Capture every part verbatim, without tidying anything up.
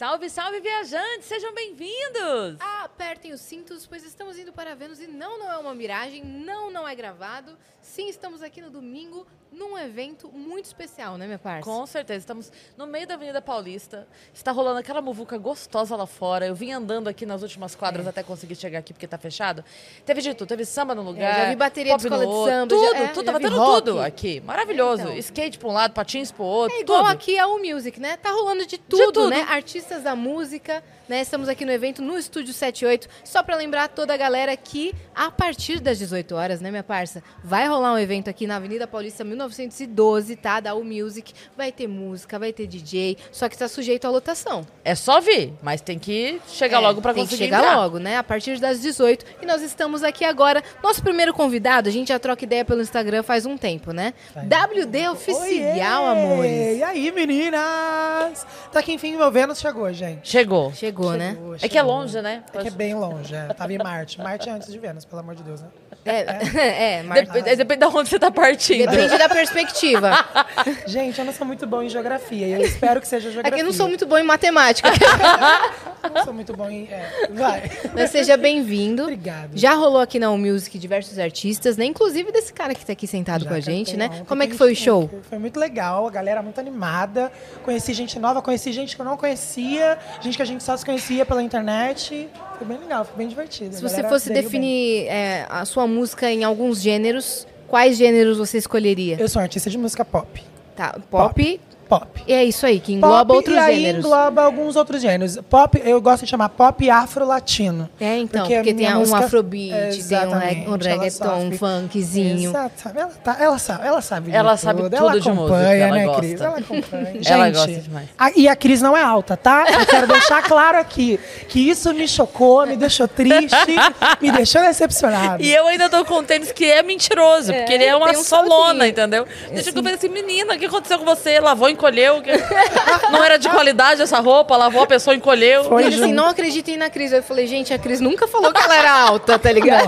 Salve, salve, viajantes! Sejam bem-vindos! Apertem os cintos, pois estamos indo para Vênus e não, não é uma miragem, não, não é gravado. Sim, estamos aqui no domingo, num evento muito especial, né, minha parça? Com certeza, estamos no meio da Avenida Paulista, está rolando aquela muvuca gostosa lá fora. Eu vim andando aqui nas últimas quadras é. até conseguir chegar aqui, porque tá fechado. Teve de tudo, teve samba no lugar, é, já vi bateria de escola de samba. Tudo, já, é, tudo, já tava tendo rock. tudo aqui. Maravilhoso. Então. Skate pra um lado, patins pro outro, É igual tudo. aqui a U Music, né? Tá rolando de tudo, de tudo, né? Artistas da música, né? Estamos aqui no evento, no Estúdio setenta e oito. Só pra lembrar toda a galera que, a partir das dezoito horas, né, minha parça? Vai rolar um evento aqui na Avenida Paulista mil novecentos e doze, tá? Da U Music. Vai ter música, vai ter D J, só que tá sujeito à lotação. É só vir, mas tem que chegar é, logo pra tem conseguir que chegar entrar. logo, né? A partir das dezoito. E nós estamos aqui agora. Nosso primeiro convidado, a gente já troca ideia pelo Instagram faz um tempo, né? Aí. W D Oficial, Oiê! amores. E aí, meninas? Tá que enfim, meu Vênus chegou, gente. Chegou. Chegou, chegou né? Chegou, é que é longe, né? É que é bem longe, é. Tava em Marte. Marte é antes de Vênus, pelo amor de Deus, né? É, é, é Marte. Dep depende de onde você tá partindo. Depende da perspectiva. Gente, eu não sou muito bom em geografia e eu espero que seja geografia. É que eu não sou muito bom em matemática. Eu não sou muito bom em... É, vai. Mas seja bem-vindo. Obrigado. Já rolou aqui na U Music diversos artistas, né? Inclusive desse cara que tá aqui sentado Já com a gente, né? Ontem, Como é que foi o show? Foi muito legal, a galera muito animada. Conheci gente nova, conheci gente que eu não conhecia, gente que a gente só se conhecia pela internet. Foi bem legal, foi bem divertido. Se você fosse definir é, a sua música em alguns gêneros, quais gêneros você escolheria? Eu sou um artista de música pop. Tá, pop... pop. Pop. E é isso aí, que engloba pop, outros e aí gêneros. engloba alguns outros gêneros. Pop, eu gosto de chamar pop afro-latino. É, então, porque, porque tem música, um afrobeat, tem um, reg um reggaeton, um funkzinho. Exato. Ela, tá, ela sabe, ela sabe de Ela tudo. sabe tudo ela de música, acompanha, ela né, gosta. Cris? Ela acompanha. Gente, ela gosta demais. A, e a Cris não é alta, tá? Eu quero deixar claro aqui que isso me chocou, me deixou triste, me deixou decepcionado. E eu ainda tô com um tênis que é mentiroso, é, porque ele é uma um solona, sozinho. Entendeu? Deixa eu ver assim, menina, o que aconteceu com você? Lavou, encolheu? Não era de qualidade essa roupa, lavou, a pessoa encolheu. Foi ele assim, não acreditem na Cris. Eu falei, gente, a Cris nunca falou que ela era alta, tá ligado?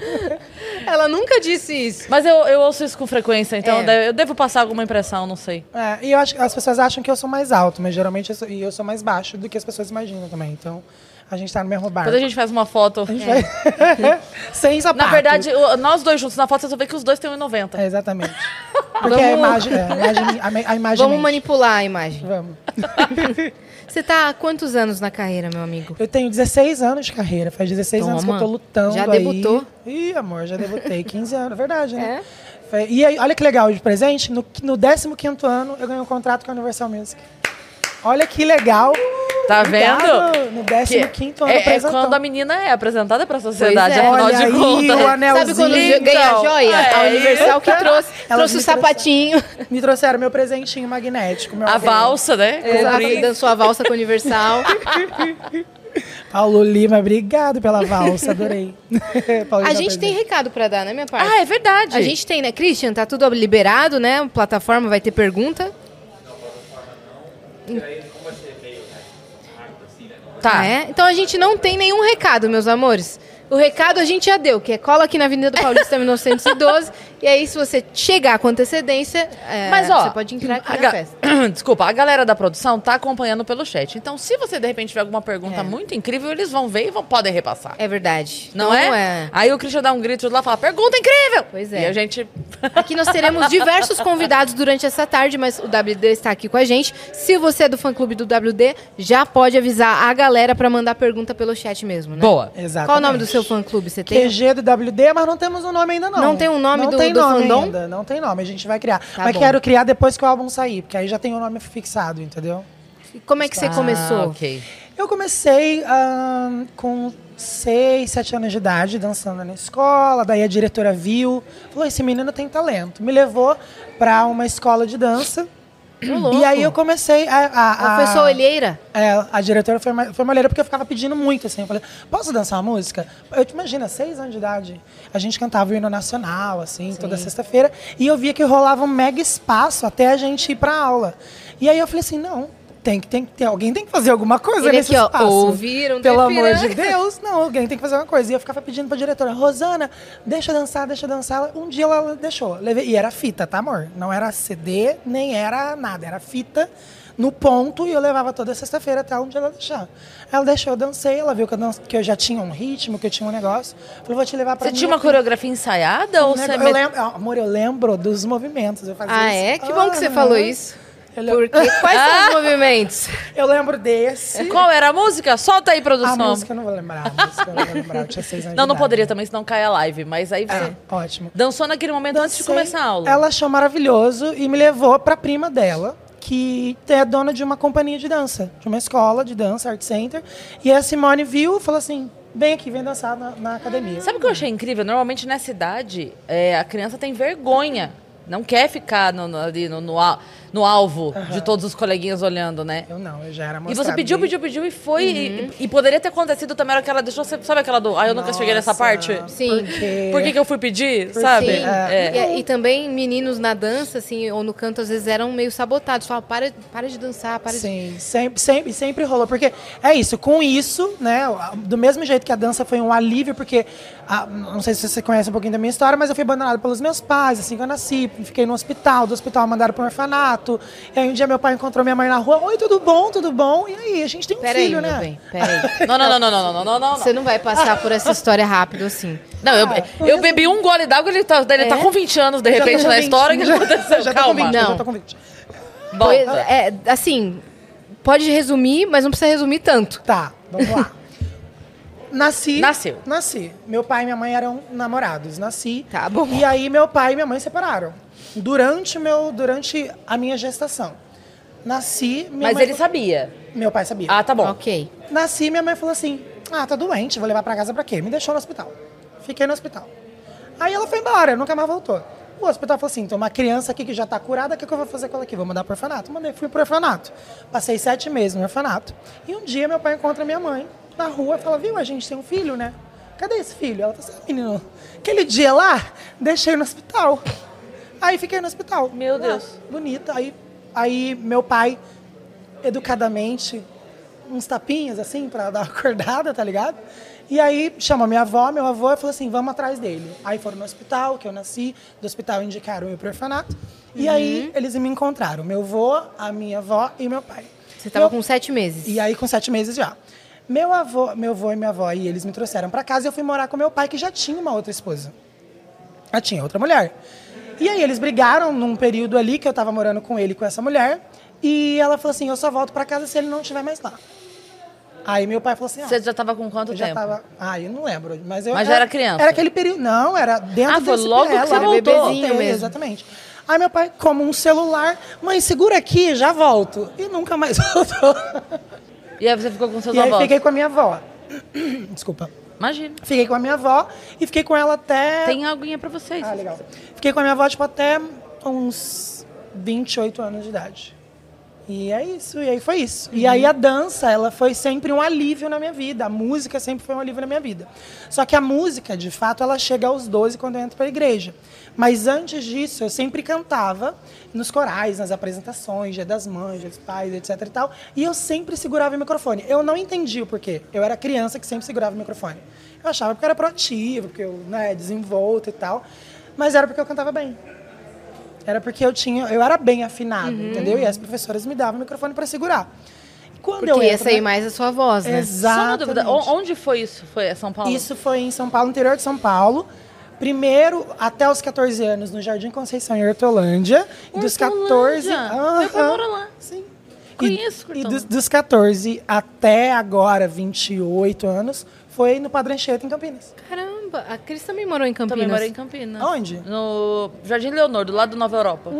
Ela nunca disse isso. Mas eu, eu ouço isso com frequência, então é. eu devo passar alguma impressão, não sei. É, e eu acho que as pessoas acham que eu sou mais alto, mas geralmente eu sou, e eu sou mais baixo do que as pessoas imaginam também. Então, a gente tá no mesmo barco. Quando a gente faz uma foto... A gente é. vai... Sem sapato. Na verdade, nós dois juntos na foto, vocês vão ver que os dois têm um e noventa. É, exatamente. Porque Vamos... a imagem... É, a imagem, a imagem Vamos manipular a imagem. Vamos. Você tá há quantos anos na carreira, meu amigo? Eu tenho dezesseis anos de carreira. Faz dezesseis Toma. anos que eu tô lutando. Já aí. debutou? Ih, amor, já debutei. quinze anos, verdade, né? É? E aí, olha que legal, de presente, no, no décimo quinto ano, eu ganhei um contrato com a Universal Music. Olha que legal. Tá Obrigado. vendo? No décimo quinto ano é, é apresentou. quando a menina é apresentada pra sociedade, é. afinal Olha de aí, contas. o anelzinho. Sabe quando ganha a joia? É, a Universal que trouxe, trouxe o sapatinho. Me trouxeram meu presentinho magnético. Meu a anel. valsa, né? Exato, dançou a valsa com a Universal. Paulo Lima, obrigado pela valsa, adorei. A gente tem recado pra dar, né, minha parte? Ah, é verdade. A gente tem, né? Christian, tá tudo liberado, né? A plataforma vai ter pergunta. Tá. Ah, é? Então a gente não tem nenhum recado, meus amores. O recado a gente já deu, que é cola aqui na Avenida Paulista mil novecentos e doze. E aí, se você chegar com antecedência, é, Mas, ó, você pode entrar aqui a na ga- festa. Desculpa, a galera da produção tá acompanhando pelo chat. Então, se você, de repente, tiver alguma pergunta É. muito incrível, eles vão ver e vão, podem repassar. É verdade. Não, Não é? é? Aí o Christian dá um grito lá e fala, pergunta incrível! Pois é. E a gente... Aqui nós teremos diversos convidados durante essa tarde, mas o W D está aqui com a gente. Se você é do fã-clube do W D, já pode avisar a galera para mandar pergunta pelo chat mesmo, né? Boa. Exatamente. Qual o nome do seu fã-clube? Você tem? Q G do W D, mas não temos um nome ainda não. Não tem um nome não do- tem do nome fandom? ainda, não tem nome, a gente vai criar. Tá mas bom. quero criar depois que o álbum sair, porque aí já tem o nome fixado, entendeu? Como é que você Ah, começou? ok. Eu comecei ahn, com seis, sete anos de idade, dançando na escola, daí a diretora viu, falou, esse menino tem talento. Me levou para uma escola de dança. Ô, louco. E aí eu comecei a... a, a Ela foi sua olheira? É, a diretora foi uma, foi uma olheira porque eu ficava pedindo muito, assim. Eu falei, posso dançar uma música? Eu te imagina, seis anos de idade. A gente cantava o hino nacional, assim, toda sexta-feira. E eu via que rolava um mega espaço até a gente ir pra aula. E aí eu falei assim, não, tem que, tem que ter, alguém tem que fazer alguma coisa Ele nesse aqui, ó, espaço. ouviram, Pelo Tepiranga. amor de Deus, não, alguém tem que fazer uma coisa. E eu ficava pedindo pra diretora, Rosana, deixa eu dançar, deixa eu dançar. Ela- Um dia ela deixou. Levei- E era fita, tá, amor? Não era C D, nem era nada, era fita no ponto e eu levava toda sexta-feira até onde ela deixar. Ela deixou, eu dancei, ela viu que eu, dan- que eu já tinha um ritmo, que eu tinha um negócio. Falou, vou te levar pra Você minha tinha uma prima. coreografia ensaiada ou Um você... nego- eu lembro, amor, eu lembro dos movimentos. Eu fazia Ah, isso. é? Que bom que você Aham. falou isso. Eu lembro, Porque quais são os movimentos? eu lembro desse. Qual era a música? Solta aí, A produção. música eu não vou lembrar. A música eu não vou lembrar. Eu tinha seis anos Não, de não idade. poderia também, senão cai a live. Mas aí você É, ótimo. dançou naquele momento antes de Dancei, começar a aula. Ela achou maravilhoso e me levou pra prima dela, que é dona de uma companhia de dança, de uma escola de dança, Art Center. E a Simone viu e falou assim, vem aqui, vem dançar na, na academia. Sabe o que eu achei incrível? Normalmente nessa idade, é, a criança tem vergonha. Não quer ficar no, no, ali no, no, al- no alvo de todos os coleguinhas olhando, né? Eu não, eu já era E mostrado. você pediu, desde- pediu, pediu e foi. E, e poderia ter acontecido também a hora que ela deixou. você- Sabe aquela do. Ah, eu nunca cheguei nessa Nossa, parte? Sim. Porque... Por que, que eu fui pedir? Sabe? Sim. É. E, e também meninos na dança, assim, ou no canto, às vezes eram meio sabotados. Falavam, para, para de dançar, para de... Sim, sempre, sempre, sempre rolou. Porque é isso, com isso, né? Do mesmo jeito que a dança foi um alívio, porque a- não sei se você conhece um pouquinho da minha história, mas eu fui abandonada pelos meus pais, assim que eu nasci, fiquei no hospital, do hospital mandaram para um orfanato. E aí um dia meu pai encontrou minha mãe na rua, oi, tudo bom, tudo bom? E aí, a gente tem um Peraí, filho, meu né? bem, peraí. Não, não, não, não, não, não, não, não. Você não vai passar por essa história rápido assim. Não, eu, Ah, eu bebi um gole d'água, ele tá, ele tá É? com vinte anos, de Já tô repente, com na vinte, história. O que já- aconteceu? já tô com Calma. vinte, Não. já tô com vinte. Bom, Pois- é, assim, pode resumir, mas não precisa resumir tanto. Tá, vamos lá. Nasci. Nasceu. Nasci. Meu pai e minha mãe eram namorados. Nasci. Tá bom. E aí meu pai e minha mãe separaram. Durante, o meu, durante a minha gestação. Nasci. Minha mas mãe ele fa- sabia. Meu pai sabia. Ah, tá bom. Ok. Nasci, minha mãe falou assim: ah, tá doente, vou levar pra casa pra quê? Me deixou no hospital. Fiquei no hospital. Aí ela foi embora, nunca mais voltou. O hospital falou assim: tem uma criança aqui que já tá curada, o que, que eu vou fazer com ela aqui? Vou mandar pro orfanato. Mandei, fui pro orfanato. Passei sete meses no orfanato. E um dia meu pai encontra minha mãe na rua e fala: viu, a gente tem um filho, né? Cadê esse filho? Ela falou assim: menino, aquele dia lá, deixei no hospital. Aí fiquei no hospital. Meu Ah, Deus. bonita. Aí, aí meu pai, educadamente, uns tapinhas assim pra dar uma acordada, tá ligado? E aí chamou minha avó, meu avô e falou assim: vamos atrás dele. Aí foram no hospital, que eu nasci, do hospital indicaram eu pro orfanato. E aí eles me encontraram, meu avô, a minha avó e meu pai. Você tava Meu- com sete meses. E aí com sete meses já. Meu avô, meu avô e minha avó, e eles me trouxeram pra casa e eu fui morar com meu pai, que já tinha uma outra esposa. Já tinha outra mulher. E aí eles brigaram num período ali que eu tava morando com ele, com essa mulher. E ela falou assim: eu só volto pra casa se ele não estiver mais lá. Aí meu pai falou assim: ah, Você já tava com quanto eu já tempo? tava. Ah, eu não lembro. Mas, eu, Mas já era criança? Era aquele período. Não, era dentro Ah, foi desse logo que é, você lá no voltou. bebezinho mesmo. Exatamente. Aí meu pai, como um celular, mãe, segura aqui, já volto. E nunca mais voltou. E aí você ficou com seus E aí avós? fiquei com a minha avó. Desculpa. Imagina. Fiquei com a minha avó e fiquei com ela até. Tem aguinha pra vocês. Ah, legal. Fiquei com a minha avó, tipo, até uns vinte e oito anos de idade. E é isso, e aí foi isso. E aí a dança, ela foi sempre um alívio na minha vida. A música sempre foi um alívio na minha vida. Só que a música, de fato, ela chega aos doze quando eu entro para a igreja. Mas antes disso, eu sempre cantava nos corais, nas apresentações, Dia das Mães, Dia dos Pais, etc e tal. E eu sempre segurava o microfone. Eu não entendi o porquê. Eu era criança que sempre segurava o microfone. Eu achava que eu era proativo, porque eu, né, desenvolto e tal. Mas era porque eu cantava bem. Era porque eu tinha, eu era bem afinado, entendeu? E as professoras me davam o microfone para segurar. E quando Porque eu ia entro, sair né, mais a sua voz, né? Só uma Exatamente. dúvida, o- onde foi isso? Foi São Paulo? Isso foi em São Paulo, interior de São Paulo. Primeiro, até os catorze anos, no Jardim Conceição, em Hortolândia. E dos catorze... Hortolândia? Meu pai Aham, mora lá. Sim. Conheço, E, e Hortolândia. dos, dos catorze até agora, vinte e oito anos, foi no Padre Anchieta, em Campinas. Caramba, a Cris também morou em Campinas. Também morei em Campinas. Onde? No Jardim Leonor, do lado do Nova Europa.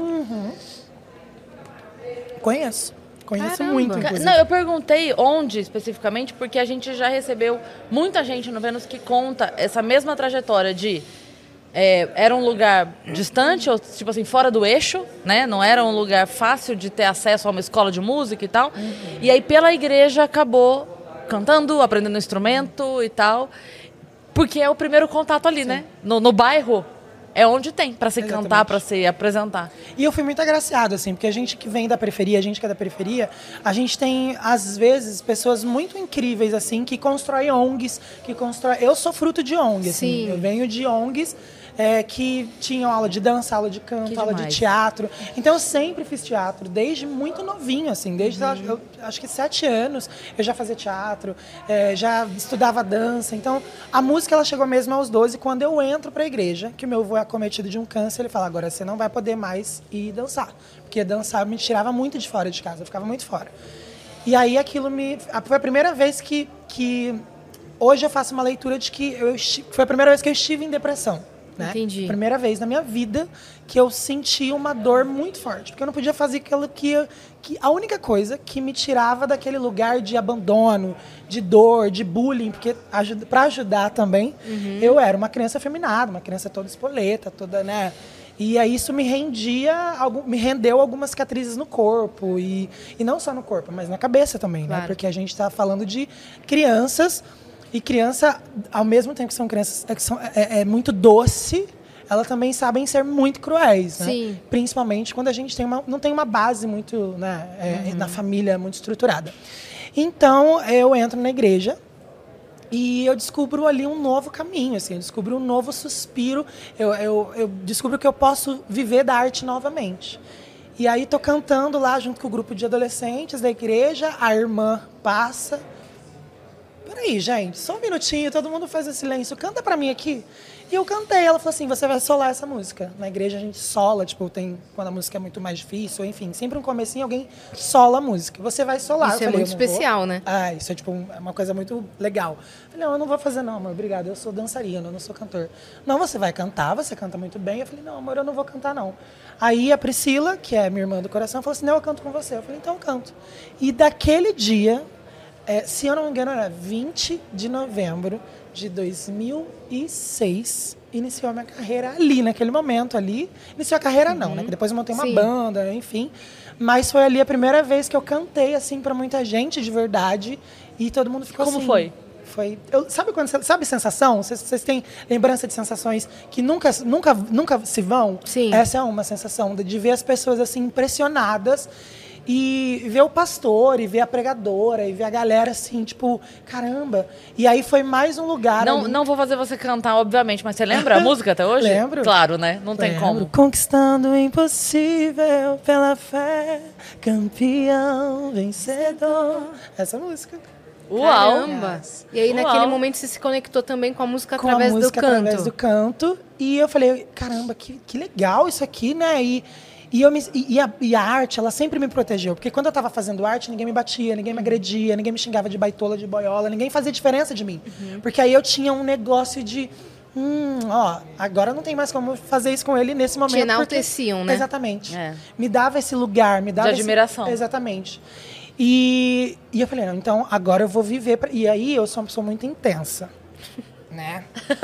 Conheço. Conheço Caramba. muito, Ca- inclusive. Não, eu perguntei onde especificamente, porque a gente já recebeu muita gente no Vênus que conta essa mesma trajetória de... é, era um lugar distante, ou tipo assim, fora do eixo, né? Não era um lugar fácil de ter acesso a uma escola de música e tal. E aí, pela igreja, acabou cantando, aprendendo instrumento e tal. Porque é o primeiro contato ali, né? No, no bairro, é onde tem para se Exatamente. cantar, para se apresentar. E eu fui muito agraciado, assim, porque a gente que vem da periferia, a gente que é da periferia, a gente tem, às vezes, pessoas muito incríveis, assim, que constroem O N Gs, que constroem... Eu sou fruto de O N G, assim. Sim. Eu venho de O N Gs, é, que tinham aula de dança, aula de canto, Que aula demais. de teatro. Então eu sempre fiz teatro, desde muito novinho, assim, desde Uhum. eu, acho que sete anos eu já fazia teatro, é, já estudava dança. Então a música ela chegou mesmo aos doze, quando eu entro para a igreja, que o meu avô é acometido de um câncer, ele fala, agora você não vai poder mais ir dançar, porque dançar me tirava muito de fora de casa, eu ficava muito fora. E aí aquilo me... Foi a primeira vez que... que hoje eu faço uma leitura de que eu, esti- foi a primeira vez que eu estive em depressão. Né? Entendi. Primeira vez na minha vida que eu senti uma dor muito forte. Porque eu não podia fazer aquilo que, eu- que... A única coisa que me tirava daquele lugar de abandono, de dor, de bullying, porque ajuda, para ajudar também, Uhum. eu era uma criança afeminada, uma criança toda espoleta, toda, né? E aí isso me rendia, algum- me rendeu algumas cicatrizes no corpo. E, e não só no corpo, mas na cabeça também, Claro. né? Porque a gente está falando de crianças. E criança, ao mesmo tempo que são crianças é, que são, é, é muito doce, elas também sabem ser muito cruéis, né? Sim. Principalmente quando a gente tem uma, não tem uma base muito, né, é, na família muito estruturada. Então, eu entro na igreja e eu descubro ali um novo caminho, assim, eu descubro um novo suspiro, eu, eu, eu descubro que eu posso viver da arte novamente. E aí tô cantando lá junto com o grupo de adolescentes da igreja, a irmã passa... Peraí, gente, só um minutinho, todo mundo faz esse silêncio, canta pra mim aqui. E eu cantei, ela falou assim, você vai solar essa música. Na igreja a gente sola, tipo, tem quando a música é muito mais difícil, enfim, sempre um comecinho alguém sola a música. Você vai solar. Isso Eu é falei, muito eu não vou. especial, né? Ah, isso é tipo um- é uma coisa muito legal. Eu falei, não, eu não vou fazer não, amor, obrigado, eu sou dançarina, eu não sou cantor. Não, você vai cantar, você canta muito bem. Eu falei, não, amor, eu não vou cantar não. Aí a Priscila, que é minha irmã do coração, falou assim, não, eu canto com você. Eu falei, então eu canto. E daquele dia... É, se eu não me engano, era vinte de novembro de dois mil e seis. Iniciou a minha carreira ali, naquele momento ali. Iniciou a carreira não, né? Que depois eu montei uma Sim. banda, enfim. Mas foi ali a primeira vez que eu cantei, assim, pra muita gente de verdade. E todo mundo ficou Como assim... foi? Foi... Eu, sabe quando você- sabe sensação? Vocês, vocês têm lembrança de sensações que nunca, nunca, nunca se vão? Sim. Essa é uma sensação de, de ver as pessoas, assim, impressionadas. E ver o pastor, e ver a pregadora, e ver a galera assim, tipo, caramba. E aí foi mais um lugar Não, ali. não vou fazer você cantar, obviamente, mas você lembra a música até hoje? Lembro. Claro, né? Não tem Lembro. como. Conquistando o impossível pela fé, campeão, vencedor. Essa música. Uau! Caramba! E aí, Uau. naquele momento, você se conectou também com a música Com através a música do canto. através do canto. E eu falei, caramba, que, que legal isso aqui, né? E, e, eu me, e, e a, e a arte, ela sempre me protegeu. Porque quando eu estava fazendo arte, ninguém me batia, ninguém me agredia, ninguém me xingava de baitola, de boiola, ninguém fazia diferença de mim. Uhum. Porque aí eu tinha um negócio de... Hum, ó, agora não tem mais como fazer isso com ele nesse momento. Te porque- enalteciam, né? Exatamente. É. Me dava esse lugar, me dava esse- admiração. Exatamente. E, e eu falei, não, então agora eu vou viver. Pra... E aí eu sou uma pessoa muito intensa. Né?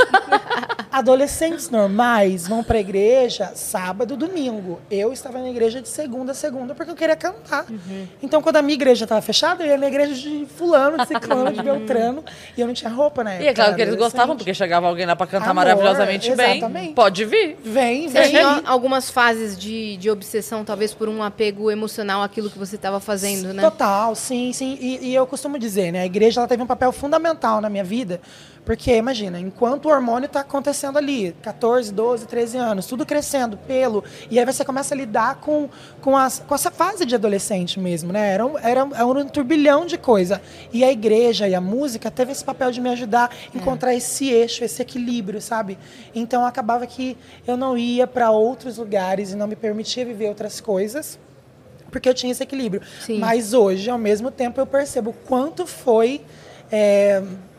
Adolescentes normais vão pra igreja sábado, domingo. Eu estava na igreja de segunda a segunda porque eu queria cantar. Uhum. Então, quando a minha igreja estava fechada, eu ia na igreja de fulano, de ciclano, de beltrano. E eu não tinha roupa, né? E é claro que eles gostavam, porque chegava alguém lá pra cantar Amor, maravilhosamente bem. exatamente. Pode vir. Vem, Você vem. tinha algumas fases de, de obsessão, talvez por um apego emocional àquilo que você estava fazendo, né? Total, sim, sim. E, e eu costumo dizer, né? A igreja ela teve um papel fundamental na minha vida, porque, imagina, enquanto o hormônio está acontecendo ali, catorze, doze, treze anos, tudo crescendo, pelo, e aí você começa a lidar com, com, as, com essa fase de adolescente mesmo, né? Era um, era, era um turbilhão de coisa. E a igreja e a música teve esse papel de me ajudar a encontrar esse eixo, esse equilíbrio, sabe? Então, acabava que eu não ia para outros lugares e não me permitia viver outras coisas, porque eu tinha esse equilíbrio. Sim. Mas hoje, ao mesmo tempo, eu percebo o quanto foi... é,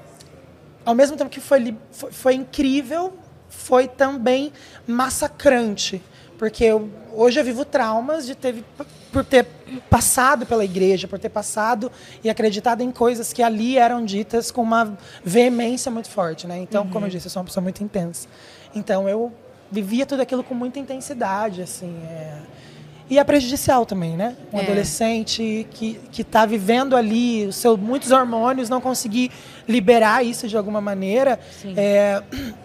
ao mesmo tempo que foi, li- foi, foi incrível, foi também massacrante. Porque eu, hoje eu vivo traumas de ter, por ter passado pela igreja, por ter passado e acreditado em coisas que ali eram ditas com uma veemência muito forte, né? Então, como eu disse, eu sou uma pessoa muito intensa. Então, eu vivia tudo aquilo com muita intensidade, assim. é. E é prejudicial também, né? Um É. adolescente que que está vivendo ali os seus muitos hormônios, não conseguir liberar isso de alguma maneira. Sim. É,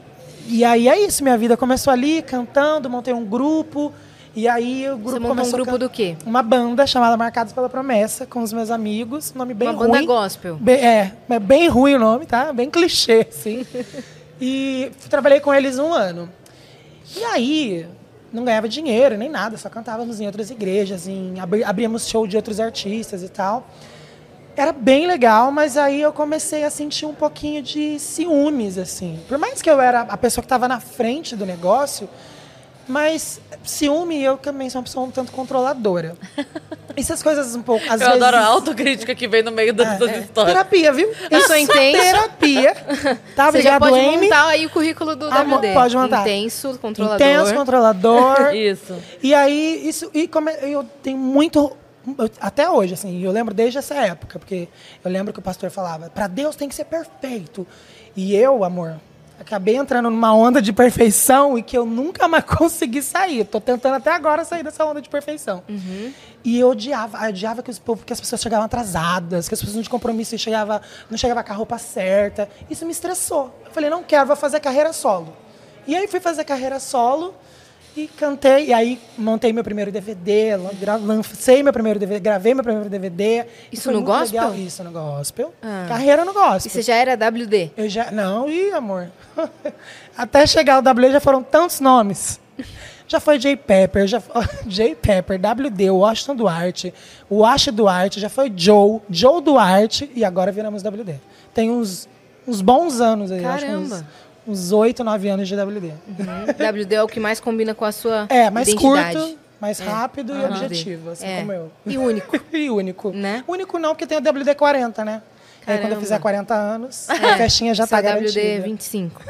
e aí é isso, minha vida começou ali, cantando, montei um grupo. E aí o grupo Você montou um começou a grupo can- do quê? Uma banda chamada Marcados pela Promessa, com os meus amigos. Nome bem Uma ruim. banda gospel. Bem- é, é bem ruim o nome, tá? Bem clichê, assim. E trabalhei com eles um ano. E aí, não ganhava dinheiro nem nada, só cantávamos em outras igrejas, em, abri, abríamos show de outros artistas e tal. Era bem legal, mas aí eu comecei a sentir um pouquinho de ciúmes, assim. Por mais que eu era a pessoa que estava na frente do negócio, mas ciúme, eu também sou uma pessoa um tanto controladora. Essas coisas um pouco, às Eu vezes... adoro a autocrítica que vem no meio das, das histórias. Terapia, viu? Eu sou intenso. Terapia. Tá, Você já obrigado, pode Amy. montar aí o currículo do Ah, W D. pode montar. Intenso, controlador. Intenso, controlador. Isso. E aí, isso, e como eu tenho muito, eu- até hoje, assim, eu lembro desde essa época, porque eu lembro que o pastor falava, para Deus tem que ser perfeito. E eu, amor, acabei entrando numa onda de perfeição e que eu nunca mais consegui sair. Tô tentando até agora sair dessa onda de perfeição. E eu odiava, eu odiava que, os, povo- que as pessoas chegavam atrasadas, que as pessoas não tinham compromisso e chegava, não chegava com a roupa certa. Isso me estressou. Eu falei, não quero, vou fazer carreira solo. E aí fui fazer carreira solo e cantei. E aí montei meu primeiro D V D, gra- lancei meu primeiro D V D, gravei meu primeiro D V D. E Isso foi no muito gospel? legal. Isso no gospel. Ah. Carreira no gospel. E você já era W D? Eu já. Não, ih, amor. Até chegar ao W D já foram tantos nomes. Já foi J. Pepper, já foi J. Pepper, W D, Washington Duarte, Wash Duarte, já foi Joe, Joe Duarte e agora viramos W D. Tem uns, uns bons anos aí, acho que uns- Caramba. uns oito, nove anos de W D. Uhum. W D é o que mais combina com a sua É, mais identidade. curto, mais rápido e Aham. objetivo, assim É. como eu. E único. E único. Né? Único não, porque tem o W D quarenta, né? Aí quando eu Caramba. fizer quarenta anos, a festinha já Só tá garantida. W D vinte e cinco.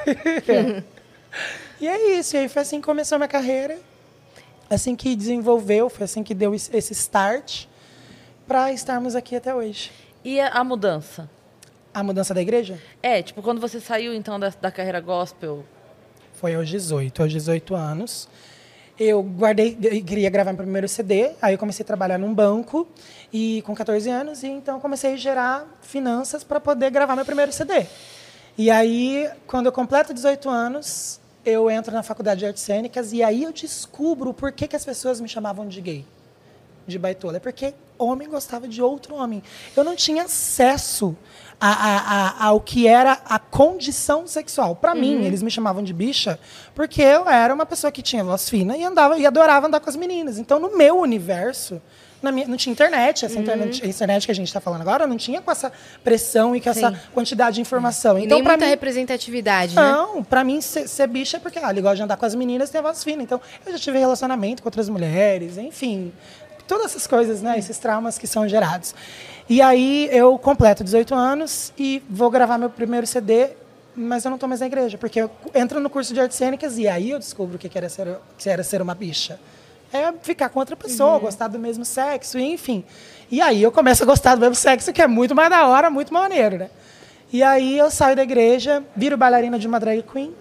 E é isso, e aí foi assim que começou a minha carreira, assim que desenvolveu, foi assim que deu esse esse start para estarmos aqui até hoje. E a, a mudança? A mudança da igreja É, tipo, quando você saiu, então, da, da carreira gospel... foi aos dezoito, aos dezoito anos. Eu guardei, eu queria gravar meu primeiro C D, aí eu comecei a trabalhar num banco e com quatorze anos, e então comecei a gerar finanças para poder gravar meu primeiro C D. E aí, quando eu completo dezoito anos, eu entro na faculdade de artes cênicas e aí eu descubro por que, que as pessoas me chamavam de gay, de baitola. É porque homem gostava de outro homem. Eu não tinha acesso a, a, a, ao que era a condição sexual. Para mim, eles me chamavam de bicha porque eu era uma pessoa que tinha voz fina e andava e adorava andar com as meninas. Então, no meu universo, na minha, não tinha internet. Essa internet, a internet que a gente está falando agora não tinha com essa pressão e com essa Sim. quantidade de informação. E Então, nem pra muita mim, representatividade, né? não, pra mim ser, ser bicha é porque ah, ele gosta de andar com as meninas e tem a voz fina. Então, eu já tive relacionamento com outras mulheres, enfim. Todas essas coisas, né? Esses traumas que são gerados. E aí eu completo dezoito anos e vou gravar meu primeiro C D, mas eu não estou mais na igreja, porque eu entro no curso de artes cênicas e aí eu descubro o que era ser, que era ser uma bicha. É ficar com outra pessoa, gostar do mesmo sexo, enfim. E aí eu começo a gostar do mesmo sexo, que é muito mais da hora, muito maneiro, né? E aí eu saio da igreja, viro bailarina de uma drag queen,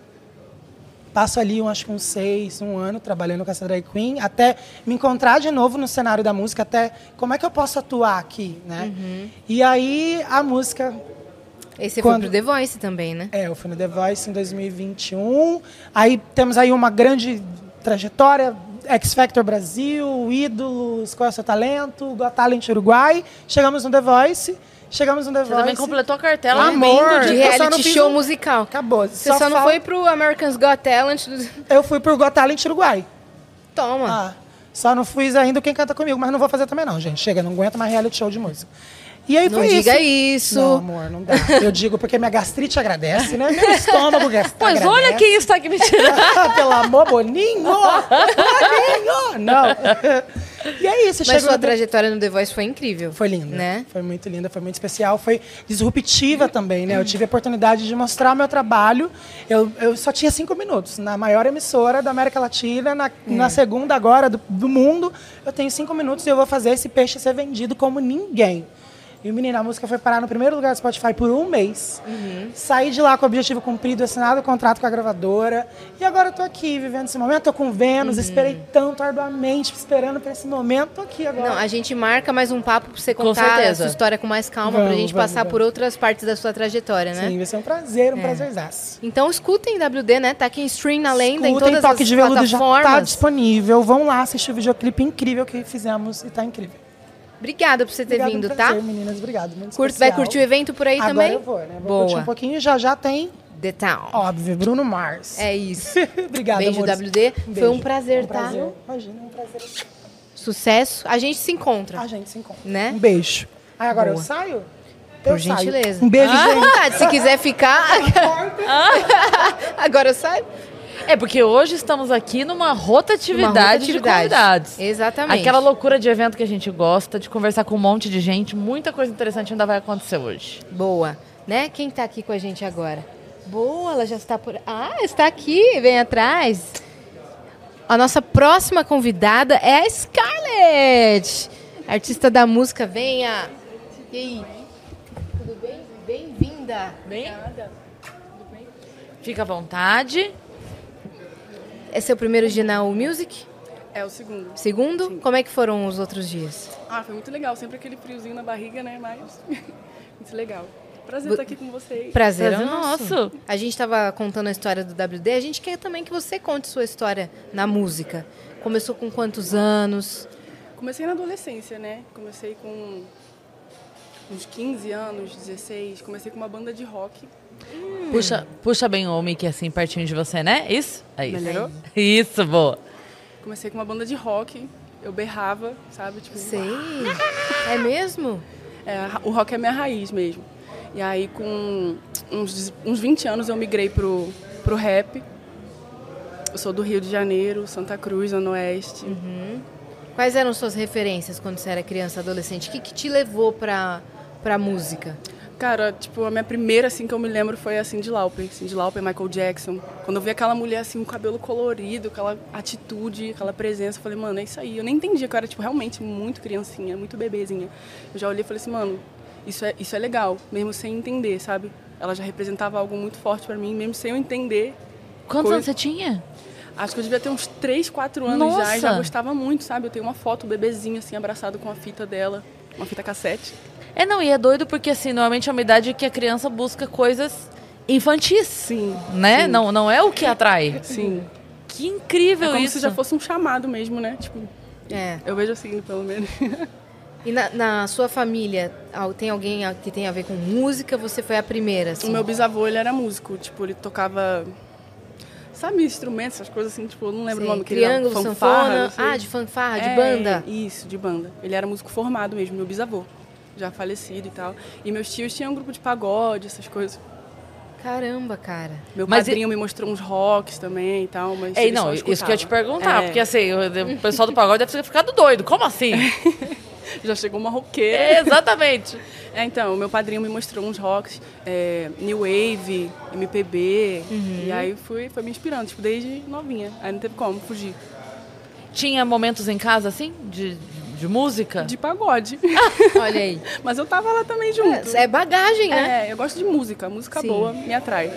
passo ali, um, acho que uns seis, um ano trabalhando com essa drag queen, até me encontrar de novo no cenário da música, até como é que eu posso atuar aqui, né? E aí a música... E você Quando- foi pro The Voice também, né? É, eu fui no The Voice em dois mil e vinte e um, aí temos aí uma grande trajetória, X Factor Brasil, Ídolos, Qual é o Seu Talento, Got Talent Uruguai, chegamos no The Voice, chegamos no The Você Voice... também completou a cartela Amor, lindo De eu só não reality fiz show um- musical. Acabou. Você só, não fal- foi pro American's Got Talent. do- Eu fui pro Got Talent Uruguai. Toma. Ah, só não fiz ainda o Quem Canta Comigo, mas não vou fazer também não, gente. Chega, não aguento mais reality show de música. E aí Não foi diga isso. isso. Não, amor, não dá. Eu digo porque minha gastrite agradece, né? Meu estômago agradece. Pois olha quem está aqui me tirando. Pelo amor, Boninho! Boninho! Não. E é isso. Mas chegou sua no- trajetória no The Voice foi incrível. Foi linda. Né? Foi muito linda, foi muito especial. Foi disruptiva também, né? Eu tive a oportunidade de mostrar o meu trabalho. Eu, eu só tinha cinco minutos. Na maior emissora da América Latina, na, na segunda agora do, do mundo, eu tenho cinco minutos e eu vou fazer esse peixe ser vendido como ninguém. E, menina, a música foi parar no primeiro lugar do Spotify por um mês. Saí de lá com o objetivo cumprido, assinado o contrato com a gravadora. E agora eu tô aqui, vivendo esse momento. Tô com Vênus, esperei tanto arduamente, esperando por esse momento. Tô aqui agora. Não, a gente marca mais um papo pra você Com contar a certeza. sua história com mais calma, Vamos, pra gente vamos, passar vamos. por outras partes da sua trajetória, né? Sim, vai ser um prazer, um prazerzaço. Então escutem W D, né? Tá aqui em stream na lenda, em Escutem, todas Toque as de Veludo já tá plataformas. disponível. Vão lá assistir o videoclipe incrível que fizemos e tá incrível. Obrigada por você ter Obrigado, vindo, um prazer, tá? meninas. Obrigado. Muito Curte, vai especial. curtir o evento por aí Agora também? eu vou, né? Vou Boa. curtir um pouquinho e já já tem The Town. Óbvio, Bruno Mars. É isso. Obrigada, Beijo, amores. W D. Um Foi um beijo. prazer, um tá? prazer. Imagina, um prazer. Sucesso. A gente se encontra. A gente se encontra. Né? Um beijo. Aí agora Boa. eu saio? Por Eu gentileza. Saio. Um beijo, À gente. vontade, se quiser ficar. Agora eu saio. É, porque hoje estamos aqui numa rotatividade, Uma rotatividade. de convidados. Exatamente. Aquela loucura de evento que a gente gosta, de conversar com um monte de gente, muita coisa interessante ainda vai acontecer hoje. Boa. Né? Quem tá aqui com a gente agora? Boa, ela já está por... Ah, está aqui, vem atrás. A nossa próxima convidada é a Scarlett. Artista da música, venha. E aí? Tudo bem? Bem-vinda. Bem? Fica à vontade. É seu primeiro dia na U Music? É o segundo. Segundo? Sim. Como é que foram os outros dias? Ah, foi muito legal. Sempre aquele friozinho na barriga, né? Mas muito legal. Prazer estar aqui com vocês. Prazer é Prazer nosso. nosso. A gente estava contando a história do W D. A gente quer também que você conte sua história na música. Começou com quantos anos? Comecei na adolescência, né? Comecei com uns quinze anos, dezesseis. Comecei com uma banda de rock. Puxa, puxa bem o mic assim pertinho de você, né? Isso? É isso. Melhorou? Isso, boa. Comecei com uma banda de rock. Eu berrava, sabe? Tipo, Sei. É mesmo? é, o rock é a minha raiz mesmo. E aí, com uns, uns vinte anos, eu migrei pro, pro rap. Eu sou do Rio de Janeiro, Santa Cruz, Zona Oeste. Quais eram suas referências quando você era criança, adolescente? O que, que te levou pra, pra música? Cara, tipo, a minha primeira, assim, que eu me lembro foi a Cyndi Lauper. Cyndi Lauper, Michael Jackson. Quando eu vi aquela mulher, assim, com o cabelo colorido, aquela atitude, aquela presença, eu falei, mano, é isso aí. Eu nem entendia que eu era, tipo, realmente muito criancinha, muito bebezinha. Eu já olhei e falei assim, mano, isso é, isso é legal, mesmo sem entender, sabe? Ela já representava algo muito forte pra mim, mesmo sem eu entender. Quantos Coisa- anos você tinha? Acho que eu devia ter uns três, quatro anos Nossa! já, e já gostava muito, sabe? Eu tenho uma foto, bebezinha, assim, abraçado com a fita dela, uma fita cassete. É, não, e é doido porque, assim, normalmente é uma idade que a criança busca coisas infantis, Sim. né? sim, Não, não é o que atrai. Sim. Que incrível É como isso. se já fosse um chamado mesmo, né? Tipo, É. eu vejo assim, pelo menos. E na, na sua família, al- tem alguém a- que tem a ver com música? Você foi a primeira, assim? O meu bisavô, ele era músico. Tipo, ele tocava... Sabe, instrumentos, essas coisas assim, tipo, eu não lembro Sei, o nome. que ele era, triângulo, fanfarra, sanfona. não sei. Ah, de fanfarra, de É, banda. Isso, de banda. Ele era músico formado mesmo, meu bisavô. Já falecido e tal. E meus tios tinham um grupo de pagode, essas coisas. Caramba, cara. Meu Mas padrinho me mostrou uns rocks também e tal, mas É, ele não, só isso que eu ia te escutava. perguntar, É. porque assim, o, o pessoal do pagode deve ter ficado doido. Como assim? Já chegou uma roqueira. É, exatamente. É, então, o meu padrinho me mostrou uns rocks, é, New Wave, M P B, Uhum. e aí fui, foi me inspirando, tipo, desde novinha. Aí não teve como fugir. Tinha momentos em casa, assim, de, de música? De pagode. Olha aí. Mas eu tava lá também junto. É bagagem, né? É, eu gosto de música, música Sim. boa me atrai.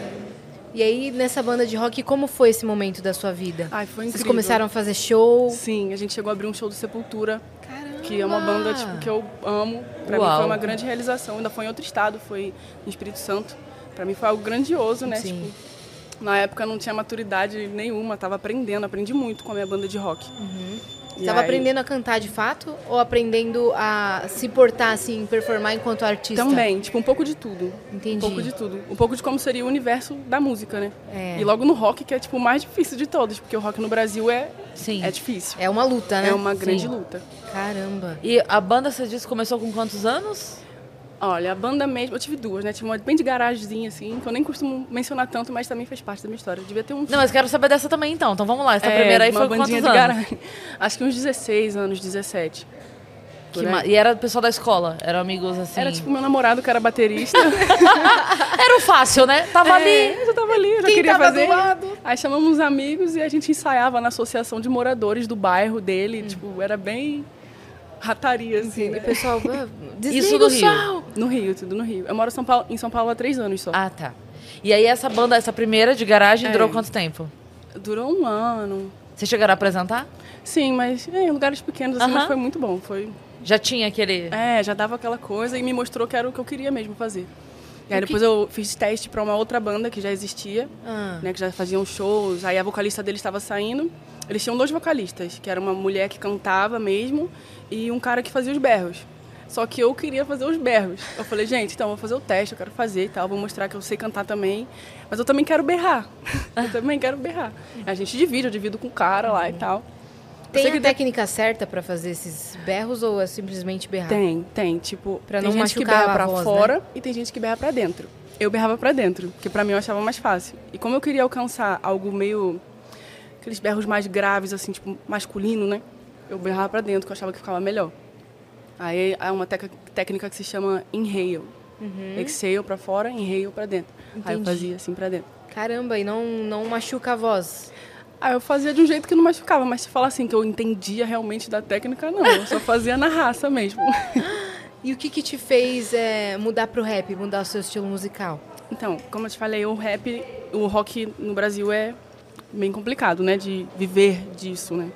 E aí, nessa banda de rock, como foi esse momento da sua vida? Ai, foi incrível. Vocês começaram a fazer show? Sim, a gente chegou a abrir um show do Sepultura, Caramba! que é uma banda tipo, que eu amo. Pra Uau. mim foi uma grande realização. Ainda foi em outro estado, foi no Espírito Santo. Pra mim foi algo grandioso, né? Sim. Tipo, na época eu não tinha maturidade nenhuma, tava aprendendo, aprendi muito com a minha banda de rock. Você E estava aí- aprendendo a cantar de fato ou aprendendo a se portar, assim, performar enquanto artista? Também, tipo, um pouco de tudo. Entendi. Um pouco de tudo. Um pouco de como seria o universo da música, né? É. E logo no rock, que é tipo o mais difícil de todos, porque o rock no Brasil é, Sim. é difícil. É uma luta, né? É uma grande Sim. luta. Caramba. E a banda, você disse, começou com quantos anos? Olha, a banda mesmo, eu tive duas, né? Tive uma bem de garagemzinha, assim, que eu nem costumo mencionar tanto, mas também fez parte da minha história. Eu devia ter uns... Não, mas quero saber dessa também, então. Então vamos lá. Essa É, primeira aí uma foi com bandinha quantos de anos? garagem. Acho que uns dezesseis anos, dezessete. Que Por aí. ma- E era o pessoal da escola? Eram amigos, assim... Era tipo meu namorado, que era baterista. Era o fácil, né? Tava ali. É, eu já tava ali, eu já Quem queria tava do fazer. lado? Aí chamamos uns amigos e a gente ensaiava na associação de moradores do bairro Hum. dele. Tipo, era bem rataria, assim, E né? o pessoal, ah, desliga Isso no o Rio. som. No Rio, tudo no Rio. Eu moro em São Paulo, em São Paulo há três anos só. Ah, tá. E aí essa banda, essa primeira de garagem, É. durou quanto tempo? Durou um ano. Vocês chegaram a apresentar? Sim, mas é, em lugares pequenos, assim, Aham. mas foi muito bom. Foi, Já tinha aquele... é, já dava aquela coisa e me mostrou que era o que eu queria mesmo fazer. E aí O que- depois eu fiz teste para uma outra banda que já existia, Ah. né, que já faziam shows. Aí a vocalista deles estava saindo. Eles tinham dois vocalistas, que era uma mulher que cantava mesmo e um cara que fazia os berros. Só que eu queria fazer os berros. Eu falei, gente, então, vou fazer o teste, eu quero fazer e tal, vou mostrar que eu sei cantar também, mas eu também quero berrar. Eu também quero berrar. A gente divide, eu divido com o cara lá e tal. Tem a que técnica certa pra fazer esses berros ou é simplesmente berrar? Tem, tem. Tipo, Pra tem não gente que machucar berra a pra voz, fora, né? e tem gente que berra pra dentro. Eu berrava pra dentro, porque pra mim eu achava mais fácil. E como eu queria alcançar algo meio... aqueles berros mais graves, assim, tipo, masculino, né? Eu berrava pra dentro, que eu achava que ficava melhor. Aí há uma tec- técnica que se chama inhale. Uhum. Exhale pra fora, inhale pra dentro. Entendi. Aí eu fazia assim pra dentro. Caramba, e não, não machuca a voz? Aí eu fazia de um jeito que não machucava, mas se falar assim que eu entendia realmente da técnica, não. Eu só fazia na raça mesmo. E o que que te fez é, mudar pro rap, mudar o seu estilo musical? Então, como eu te falei, o rap, o rock no Brasil é bem complicado, né? De viver disso, né?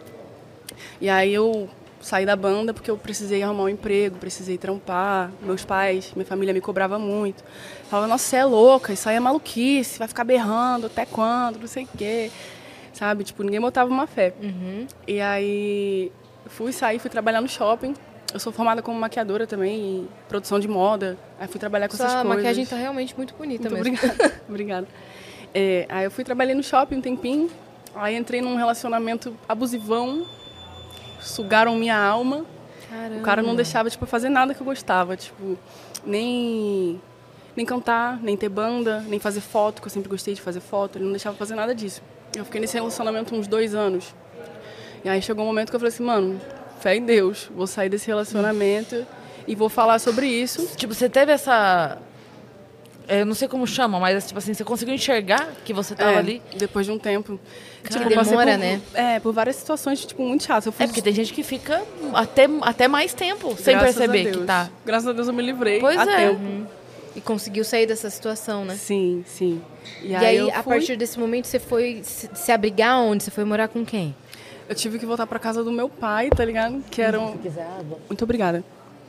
E aí eu saí da banda porque eu precisei arrumar um emprego, precisei trampar. Meus pais, minha família me cobrava muito. Falava, nossa, você é louca, isso aí é maluquice, vai ficar berrando até quando, não sei o quê. Sabe? Tipo, ninguém botava uma fé. Uhum. E aí fui sair, fui trabalhar no shopping. Eu sou formada como maquiadora também, em produção de moda. Aí fui trabalhar com Sua essas coisas. maquiagem tá realmente muito bonita Muito mesmo. obrigada. Obrigada. É, aí eu fui trabalhar no shopping um tempinho. Aí entrei num relacionamento abusivão. Sugaram minha alma. Caramba. O cara não deixava, tipo, fazer nada que eu gostava. Tipo, nem, nem cantar, nem ter banda, nem fazer foto, que eu sempre gostei de fazer foto. Ele não deixava fazer nada disso. Eu fiquei nesse relacionamento uns dois anos. E aí chegou um momento que eu falei assim, mano, fé em Deus, vou sair desse relacionamento e vou falar sobre isso. Tipo, você teve essa... Eu não sei como chama, mas tipo assim, você conseguiu enxergar que você tava É, ali? depois de um tempo. Cara, eu passei demora, por, né? É, por várias situações, tipo, muito chatas. Eu fui É porque tem gente que fica até, até mais tempo sem Graças perceber a Deus. que tá. Graças a Deus eu me livrei Pois a é. tempo. Uhum. E conseguiu sair dessa situação, né? Sim, sim. E, E aí, aí, eu a fui, partir desse momento, você foi se, se abrigar onde? Você foi morar com quem? eu tive que voltar pra casa do meu pai, tá ligado? Que era um... quiser água. Muito obrigada.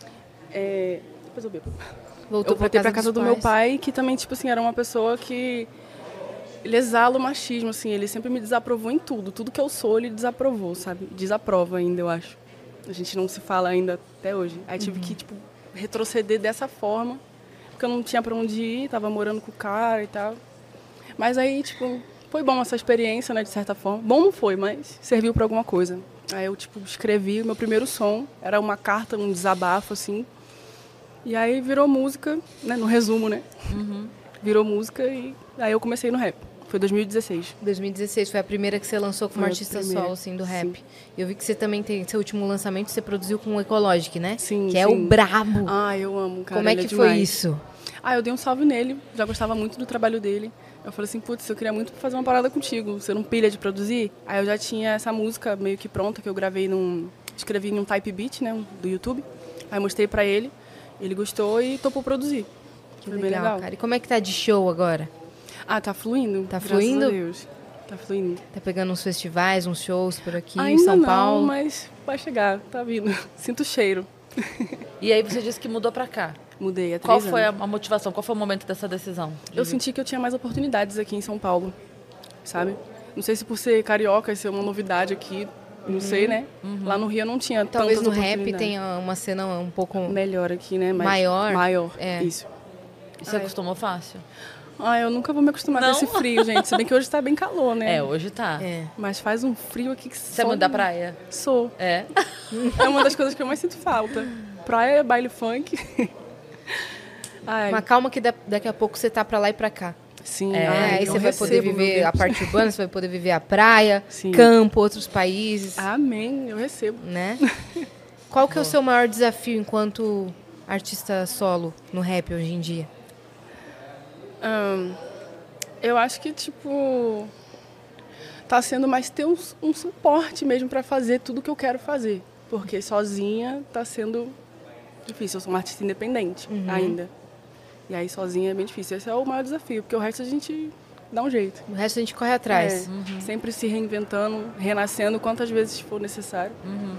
É... Depois eu bebo. Voltou Eu voltei pra casa dos do meu pais. pai, que também, tipo assim, era uma pessoa que... Ele exala o machismo, assim. Ele sempre me desaprovou em tudo. Tudo que eu sou, ele desaprovou, sabe? Desaprova ainda, eu acho. A gente não se fala ainda até hoje. Aí tive que, tipo, retroceder dessa forma. Porque eu não tinha pra onde ir, tava morando com o cara e tal. Mas aí, tipo, foi bom essa experiência, né, de certa forma. Bom não foi, mas serviu pra alguma coisa. Aí eu, tipo, escrevi o meu primeiro som. Era uma carta, um desabafo, assim. E aí virou música, né, no resumo, né? Uhum. Virou música e aí eu comecei no rap. Foi dois mil e dezesseis. dois mil e dezesseis foi a primeira que você lançou como Foi a artista primeira, solo, assim, do rap. sim. Eu vi que você também tem seu último lançamento, você produziu com o Ecologic, né? Sim, Que é sim. o brabo. Ah, eu amo, cara. Como é ele que foi demais. isso? Ah, eu dei um salve nele. Já gostava muito do trabalho dele. Eu falei assim, putz, eu queria muito fazer uma parada contigo. Você não pilha de produzir? Aí eu já tinha essa música meio que pronta, que eu gravei num... Escrevi num type beat, né, do YouTube. Aí mostrei pra ele. Ele gostou e topou produzir. Que Foi legal, bem legal. cara. E como é que tá de show agora? Ah, tá fluindo. Tá graças fluindo? a Deus. Tá fluindo. Tá pegando uns festivais, uns shows por aqui, em Ainda São não, Paulo? mas vai chegar. Tá vindo. Sinto o cheiro. E aí você disse que mudou pra cá. Mudei há três Qual anos. foi a, a motivação? Qual foi o momento dessa decisão? de Eu vir? senti que eu tinha mais oportunidades aqui em São Paulo, sabe? Não sei se por ser carioca, ser uma novidade aqui, não sei, né? Lá no Rio eu não tinha Talvez tantas no rap oportunidades. tenha uma cena um pouco... Melhor aqui, né? Mais, Maior? Maior, É. isso. E você acostumou fácil? Ah, eu nunca vou me acostumar Não? com esse frio, gente. Se bem que hoje tá bem calor, né? É, hoje tá. É. Mas faz um frio aqui que Você é só- muito da praia? Sou. É. É uma das coisas que eu mais sinto falta. Praia, baile funk. Ai, Mas calma que da- daqui a pouco você tá pra lá e pra cá. sim. É, ai, aí eu você vai poder recebo, meu viver a Deus. parte urbana, você vai poder viver a praia, Sim. campo, outros países, Amém, eu recebo. né? Qual que é o seu maior desafio enquanto artista solo no rap hoje em dia? Ahn, eu acho que, tipo, tá sendo mais ter um, um suporte mesmo pra fazer tudo que eu quero fazer. Porque sozinha tá sendo difícil. Eu sou uma artista independente ainda. E aí sozinha é bem difícil. Esse é o maior desafio, porque o resto a gente dá um jeito. O resto a gente corre atrás. É, sempre se reinventando, renascendo quantas vezes for necessário.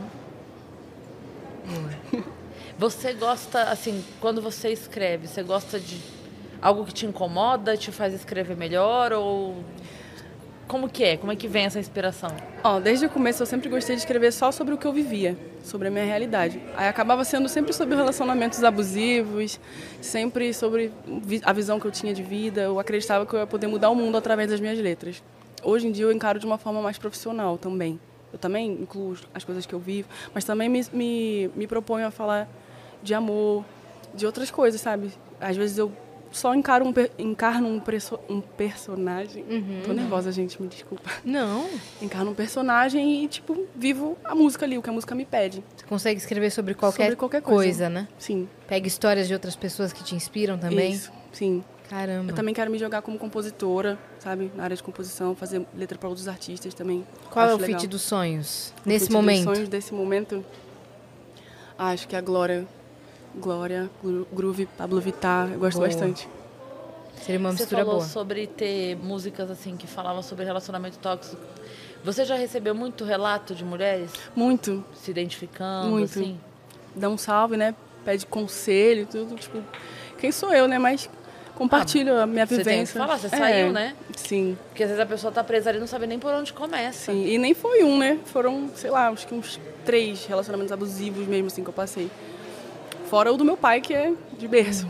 Você gosta, assim, quando você escreve, você gosta de algo que te incomoda, te faz escrever melhor ou... como que é? Como é que vem essa inspiração? Ó, desde o começo eu sempre gostei de escrever só sobre o que eu vivia, sobre a minha realidade. Aí acabava sendo sempre sobre relacionamentos abusivos, sempre sobre a visão que eu tinha de vida. Eu acreditava que eu ia poder mudar o mundo através das minhas letras. Hoje em dia eu encaro de uma forma mais profissional também. Eu também incluo as coisas que eu vivo, mas também me, me, me proponho a falar de amor, de outras coisas, sabe? Às vezes eu só encaro um, encarno um, preso, um personagem. Uhum. Tô nervosa, gente, me desculpa. Não. Encarno um personagem e, tipo, vivo a música ali, o que a música me pede. Você consegue escrever sobre qualquer, sobre qualquer coisa. coisa, né? Sim. Pega histórias de outras pessoas que te inspiram também? Isso, sim. Caramba. Eu também quero me jogar como compositora, sabe? Na área de composição, fazer letra para outros artistas também. Qual acho é o legal. feat dos sonhos, o nesse feat momento? dos sonhos desse momento, acho que é a Glória. Glória, Groove, Pablo Vittar, eu gosto Boa. bastante. Seria uma Você mistura falou boa. sobre ter músicas assim que falavam sobre relacionamento tóxico. Você já recebeu muito relato de mulheres Muito. se identificando, Muito. assim? Dá um salve, né? Pede conselho, tudo, tipo... Quem sou eu, né? Mas compartilho Ah, a minha você vivência. tem que falar, você É, saiu, né? Sim, Porque às vezes a pessoa tá presa ali e não sabe nem por onde começa. sim. E nem foi um, né? Foram, sei lá, acho que uns três relacionamentos abusivos mesmo, assim, que eu passei. Fora o do meu pai, que é de berço.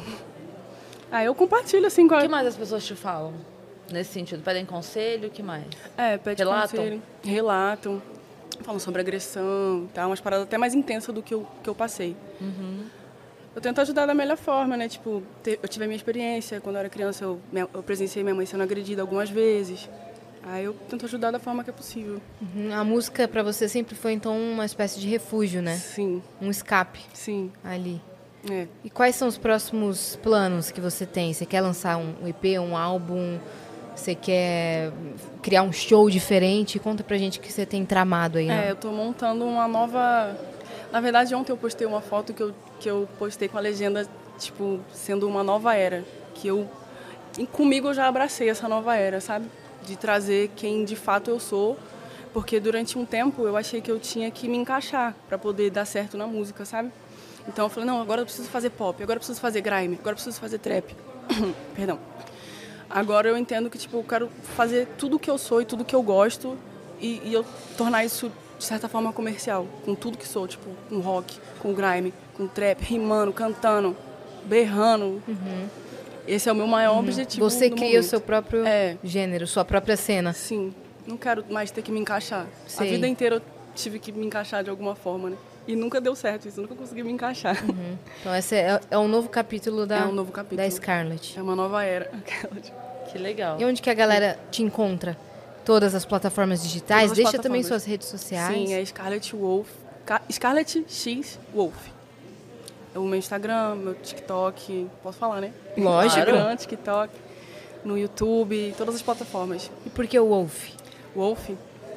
Aí eu compartilho, assim, com O a... que mais as pessoas te falam nesse sentido? Pedem conselho, o que mais? É, pede Relatam? conselho. Relatam. Falam sobre agressão, tá? Umas paradas até mais intensas do que eu, que eu passei. Uhum. Eu tento ajudar da melhor forma, né? Tipo, te, eu tive a minha experiência. Quando eu era criança, eu, eu presenciei minha mãe sendo agredida algumas vezes. Aí eu tento ajudar da forma que é possível. Uhum. A música pra você sempre foi, então, uma espécie de refúgio, né? Sim, Um escape sim. ali. É. E quais são os próximos planos que você tem? Você quer lançar um E P, um álbum? Você quer criar um show diferente? Conta pra gente o que você tem tramado aí, né? É, eu tô montando uma nova... Na verdade, ontem eu postei uma foto que eu, que eu postei com a legenda, tipo, sendo uma nova era. Que eu... E comigo eu já abracei essa nova era, sabe? De trazer quem de fato eu sou. Porque durante um tempo eu achei que eu tinha que me encaixar pra poder dar certo na música, sabe? Então eu falei, não, agora eu preciso fazer pop, agora eu preciso fazer grime, agora eu preciso fazer trap. Perdão. Agora eu entendo que, tipo, eu quero fazer tudo o que eu sou e tudo que eu gosto e, e eu tornar isso, de certa forma, comercial. Com tudo que sou, tipo, com rock, com grime, com trap, rimando, cantando, berrando. Uhum. Esse é o meu maior uhum. objetivo. Você no cria momento. o seu próprio é. gênero, sua própria cena. Sim. Não quero mais ter que me encaixar. Sei. A vida inteira eu tive que me encaixar de alguma forma, né? E nunca deu certo isso, eu nunca consegui me encaixar. Uhum. Então esse é, é um novo capítulo da, é um novo capítulo. da Scarlett. É uma nova era. Que legal. E onde que a galera te encontra? Todas as plataformas digitais? Todas as Deixa plataformas. também suas redes sociais. Sim, é Scarlett Wolf. Scarlett X Wolf. É o meu Instagram, meu TikTok. Posso falar, né? Lógico. Instagram, TikTok, no YouTube, todas as plataformas. E por que o Wolf? Wolf?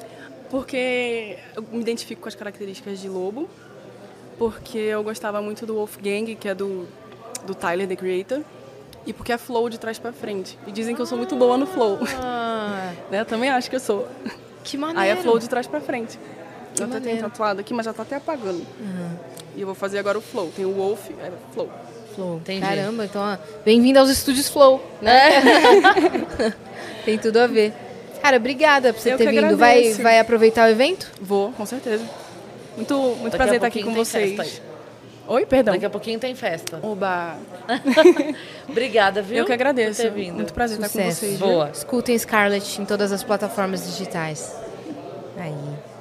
Porque eu me identifico com as características de lobo. Porque eu gostava muito do Wolfgang, que é do, do Tyler, The Creator. E porque é flow de trás pra frente. E dizem que eu sou muito boa no flow. Ah, né? Eu também acho que eu sou. que maneiro. Aí é flow de trás pra frente. Que eu até tenho tatuado aqui, mas já tá até apagando. Uhum. E eu vou fazer agora o flow. Tem o Wolf, é flow. Flow. Entendi. Caramba, então, ó, bem-vindo aos estúdios Flow, né? É. Tem tudo a ver. Cara, obrigada por você Eu ter que vindo. Vai, agradeço. vai aproveitar o evento? Vou, com certeza. Muito, muito Daqui prazer a estar aqui com pouquinho tem vocês. festa Oi, perdão. Daqui a pouquinho tem festa. Oba. Não viu? Eu que agradeço. Por ter vindo. Muito prazer estar com Sucesso. vocês. viu? Boa. Escutem Scarlett em todas as plataformas digitais. Aí.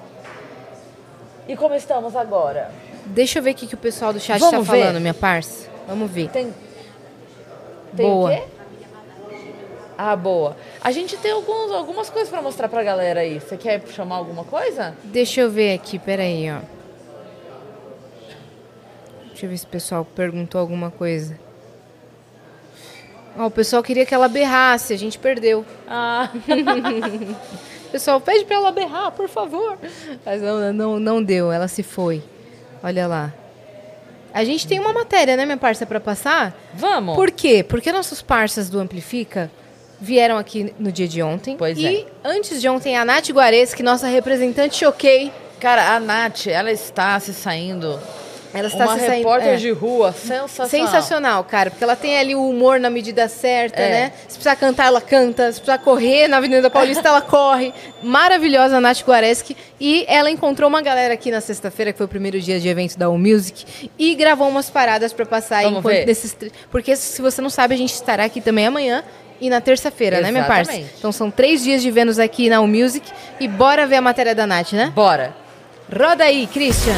E como estamos agora? Deixa eu ver o que, que o pessoal do chat Vamos tá ver? falando, minha parça. Vamos ver. Tem. Tem Boa. o quê? Ah, boa. A gente tem alguns, algumas coisas pra mostrar pra galera aí. Você quer chamar alguma coisa? Deixa eu ver aqui, peraí, ó. Deixa eu ver se o pessoal perguntou alguma coisa. Ó, o pessoal queria que ela berrasse, a gente perdeu. Ah, O pessoal pede pra ela berrar, por favor. Mas não, não, não deu, ela se foi. Olha lá. A gente tem uma matéria, né, minha parça, pra passar? vamos. Por quê? Porque nossos parças do Amplifica vieram aqui no dia de ontem. Pois e é. antes de ontem, a Nath Guareschi, nossa representante Choquei. Cara, a Nath, ela está se saindo Ela está Uma se saindo- repórter é. de rua, sensacional. Sensacional, cara, porque ela tem ali o humor na medida certa, É. né? Se precisar cantar, ela canta. Se precisar correr na Avenida Paulista, ela corre. Maravilhosa a Nath Guareschi. E ela encontrou uma galera aqui na sexta-feira, que foi o primeiro dia de evento da U Music, e gravou umas paradas pra passar aí Vamos enquanto ver. desses. tr- Porque se você não sabe, a gente estará aqui também amanhã e na terça-feira, né, minha parça? Exatamente. Então são três dias de Vênus aqui na U Music. E bora ver a matéria da Nath, né? Bora. Roda aí, Christian.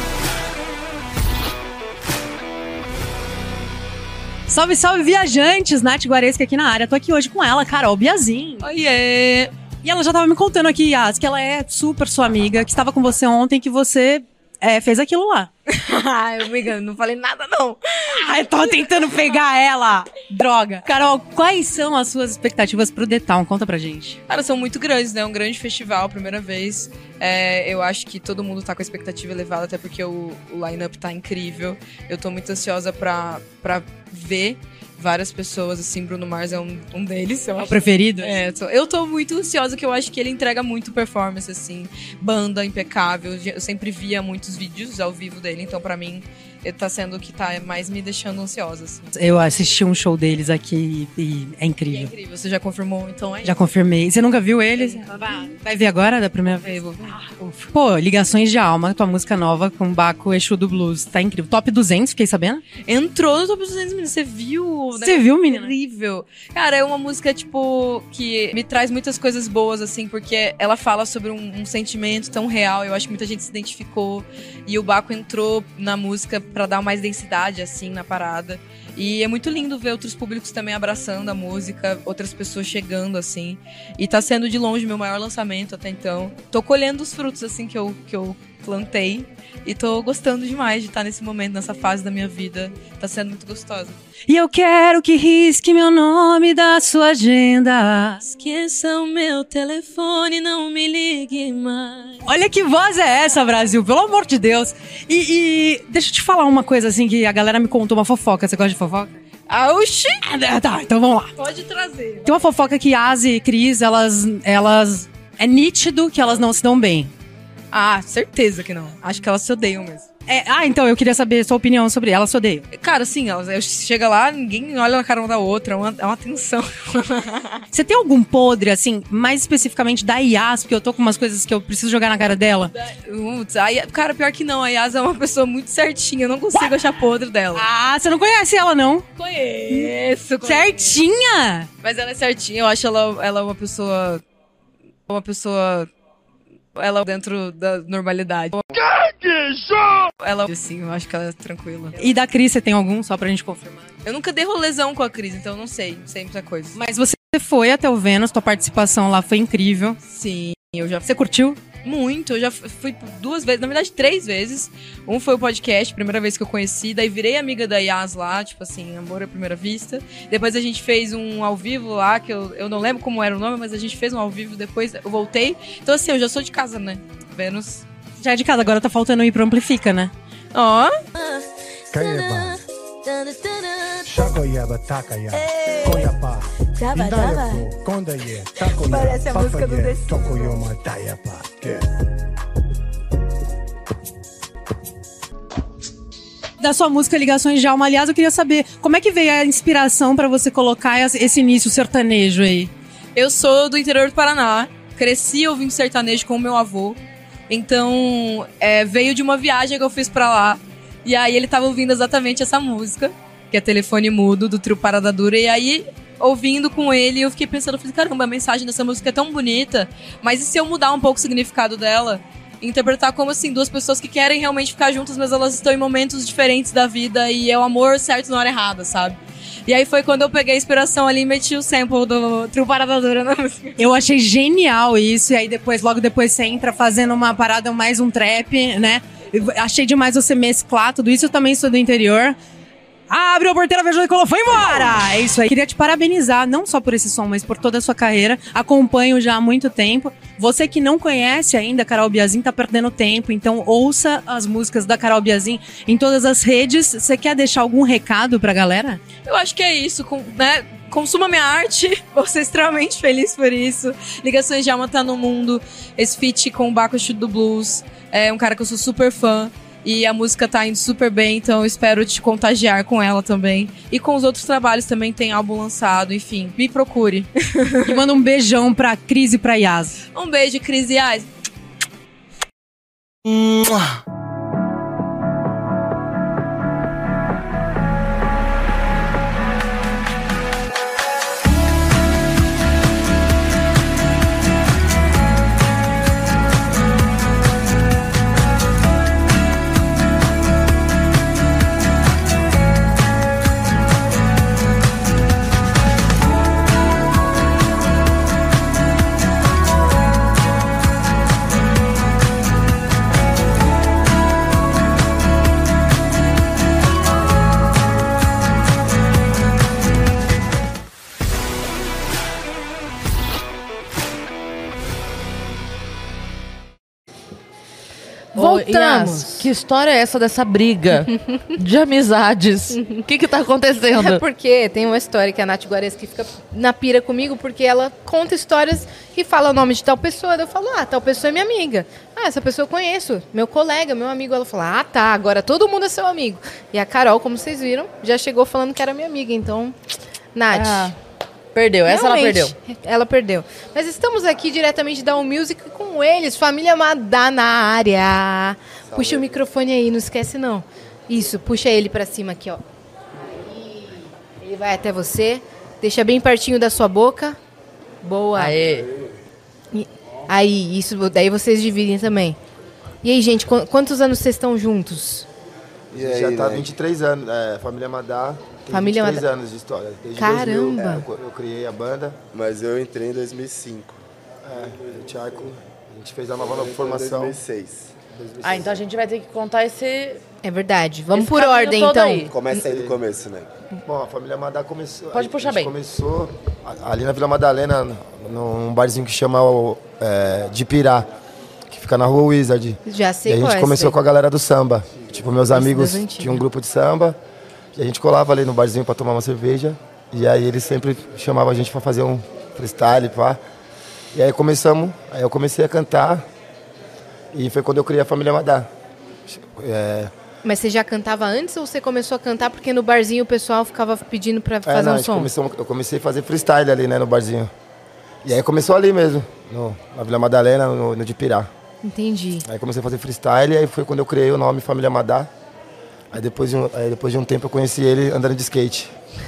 Salve, salve, viajantes! Nath Guareschi aqui na área. Tô aqui hoje com ela, Carol Biazin. Oiê! E ela já tava me contando aqui, Yas, que ela é super sua amiga, que estava com você ontem, que você é, fez aquilo lá. Ai, amiga, não falei nada, não. Ai, eu tô tentando pegar ela! Droga! Carol, quais são as suas expectativas pro The Town? Conta pra gente. Cara, são muito grandes, né? É um grande festival, primeira vez. É, eu acho que todo mundo tá com a expectativa elevada, até porque o, o line-up tá incrível. Eu tô muito ansiosa pra, pra ver várias pessoas, assim, Bruno Mars é um, um deles, eu É o acho. preferido? É, eu tô, eu tô muito ansiosa, que eu acho que ele entrega muito performance, assim, banda impecável. Eu sempre via muitos vídeos ao vivo dele, então pra mim ele tá sendo o que tá mais me deixando ansiosa, assim. Eu assisti um show deles aqui e é E é incrível. incrível, você já confirmou, então é Já confirmei. Você nunca viu eles? Vai ver agora, da primeira vez? isso. Pô, Ligações de Alma, tua música nova com Baco Exu do Blues. Tá incrível. Top duzentos, fiquei sabendo? Entrou no top duzentos, menina, você viu? Você viu, menina? Incrível. Cara, é uma música, tipo, que me traz muitas coisas boas, assim, porque ela fala sobre um, um sentimento tão real. Eu acho que muita gente se identificou. E o Baco entrou na música pra dar mais densidade, assim, na parada. E é muito lindo ver outros públicos também abraçando a música, outras pessoas chegando, assim. E tá sendo, de longe, meu maior lançamento até então. Tô colhendo os frutos, assim, que eu, que eu plantei. E tô gostando demais de estar nesse momento, nessa fase da minha vida. Tá sendo muito gostosa. E eu quero que risque meu nome da sua agenda. Esqueça o meu telefone, não me ligue mais. Olha que voz é essa, Brasil, pelo amor de Deus. E, e deixa eu te falar uma coisa assim que a galera me contou, uma fofoca. Você gosta de fofoca? Ah, oxi! Ah, tá, então vamos lá. Pode trazer. Tem uma fofoca que Yas e Cris, elas, elas... É nítido que elas não se dão bem. Ah, certeza que não. Acho que elas se odeiam mesmo. É, ah, então eu queria saber sua opinião sobre elas, se odeiam. Cara, sim, elas chega lá, ninguém olha na cara uma da outra, é uma, é uma tensão. Você tem algum podre, assim, mais especificamente da Yas, porque eu tô com umas coisas que eu preciso jogar na cara dela? Putz, aí, cara, pior que não, a Yas é uma pessoa muito certinha, eu não consigo achar podre dela. Ah, você não conhece ela, não? Conheço, conheço. Certinha! Mas ela é certinha, eu acho ela, ela uma pessoa... Uma pessoa... Ela dentro da normalidade. Ela, assim, eu acho que ela é tranquila. E da Cris, você tem algum, só pra gente confirmar? Eu nunca dei rolezão com a Cris, então eu não sei, não sei muita coisa. Mas você foi até o Vênus, tua participação lá foi incrível. Sim, eu já Você curtiu? muito, eu já fui duas vezes, na verdade três vezes. Um foi o podcast, primeira vez que eu conheci, daí virei amiga da Yas lá, tipo assim, amor à primeira vista. Depois a gente fez um ao vivo lá, que eu, eu não lembro como era o nome, mas a gente fez um ao vivo, depois eu voltei. Então assim, eu já sou de casa, né? Vênus. Já é de casa, agora tá faltando ir pro Amplifica, né? Ó, Kayaba, Shakoyaba Takaya, Koyapa, Indaiaku, Kondaye, Takoya, Parece a música do Papaye, The Tokoyoma Tayapa. Da sua música Ligações de Alma, aliás, eu queria saber como é que veio a inspiração pra você colocar esse início sertanejo aí? eu sou do interior do Paraná, cresci ouvindo sertanejo com o meu avô. Então, é, veio de uma viagem que eu fiz pra lá. E aí ele tava ouvindo exatamente essa música, que é Telefone Mudo, do trio Parada Dura. E aí, ouvindo com ele, eu fiquei pensando, eu falei, caramba, a mensagem dessa música é tão bonita. Mas e se eu mudar um pouco o significado dela? Interpretar como, assim, duas pessoas que querem realmente ficar juntas, mas elas estão em momentos diferentes da vida. E é o amor certo na hora errada, sabe? E aí foi quando eu peguei a inspiração ali e meti o sample do trio Parada Dura na música. Eu achei genial isso, e aí depois, logo depois você entra fazendo uma parada, mais um trap, né? Eu achei demais você mesclar tudo isso, eu também sou do interior. Ah, abriu a porteira, beijou e colou, foi embora! É isso aí. Queria te parabenizar, não só por esse som, mas por toda a sua carreira. Acompanho já há muito tempo. Você que não conhece ainda Carol Biazin, tá perdendo tempo, então ouça as músicas da Carol Biazin em todas as redes. Você quer deixar algum recado pra galera? Eu acho que é isso, com, né? Consuma minha arte, vou ser extremamente feliz por isso. Ligações de Alma tá no mundo. Esse feat com o Baco Exu do Blues, é um cara que eu sou super fã. E a música tá indo super bem, então eu espero te contagiar com ela também. E com os outros trabalhos também, tem álbum lançado, enfim, me procure. E manda um beijão pra Cris e pra Yas. Um beijo, Cris e Yas. Voltamos. Yas, que história é essa dessa briga de amizades? O que que tá acontecendo? É porque tem uma história que a Nath Guares que fica na pira comigo, porque ela conta histórias e fala o nome de tal pessoa. Daí eu falo, ah, tal pessoa é minha amiga. Ah, essa pessoa eu conheço, meu colega, meu amigo. Ela fala, ah, tá, agora todo mundo é seu amigo. E a Carol, como vocês viram, já chegou falando que era minha amiga. Então, Nath... Ah. Perdeu, essa ela perdeu. Ela perdeu. Mas estamos aqui diretamente da U-Music com eles, família Madá na área. Salve. Puxa o microfone aí, não esquece não. Isso, puxa ele pra cima aqui, ó. Aí, ele vai até você, deixa bem pertinho da sua boca. Boa. Aê. Aí, isso, daí vocês dividem também. E aí, gente, qu- quantos anos vocês estão juntos? E aí, já tá né? vinte e três anos, é, família Madá. Tem Família vinte e três Madá. anos de história. Desde Caramba! dois mil, é, eu, eu criei a banda. Mas eu entrei em dois mil e cinco. É, o Thiago, a gente fez a nova, nova formação. dois mil e seis. Ah, então a gente vai ter que contar esse... É verdade. Vamos esse por ordem, todo então. aí. Começa aí do começo, né? Bom, a família Madá começou... Pode a, puxar a gente bem. começou ali na Vila Madalena, num barzinho que chama o, é, de Pirá, que fica na rua Wizard. Já sei E a qual gente é começou esse com a galera do samba. Tipo, meus Esse amigos das antigas. tinham um grupo de samba. E a gente colava ali no barzinho pra tomar uma cerveja. E aí eles sempre chamavam a gente pra fazer um freestyle, pá. E aí começamos, aí eu comecei a cantar. E foi quando eu criei a família Madá. É... Mas você já cantava antes ou você começou a cantar porque no barzinho o pessoal ficava pedindo pra fazer é, não, um a gente som? Começou, eu comecei a fazer freestyle ali, né, no barzinho. E aí começou ali mesmo, no, na Vila Madalena, no, no de Pirá. Entendi. Aí comecei a fazer freestyle e aí foi quando eu criei o nome Família Madá. Aí depois de um, aí depois de um tempo eu conheci ele andando de skate.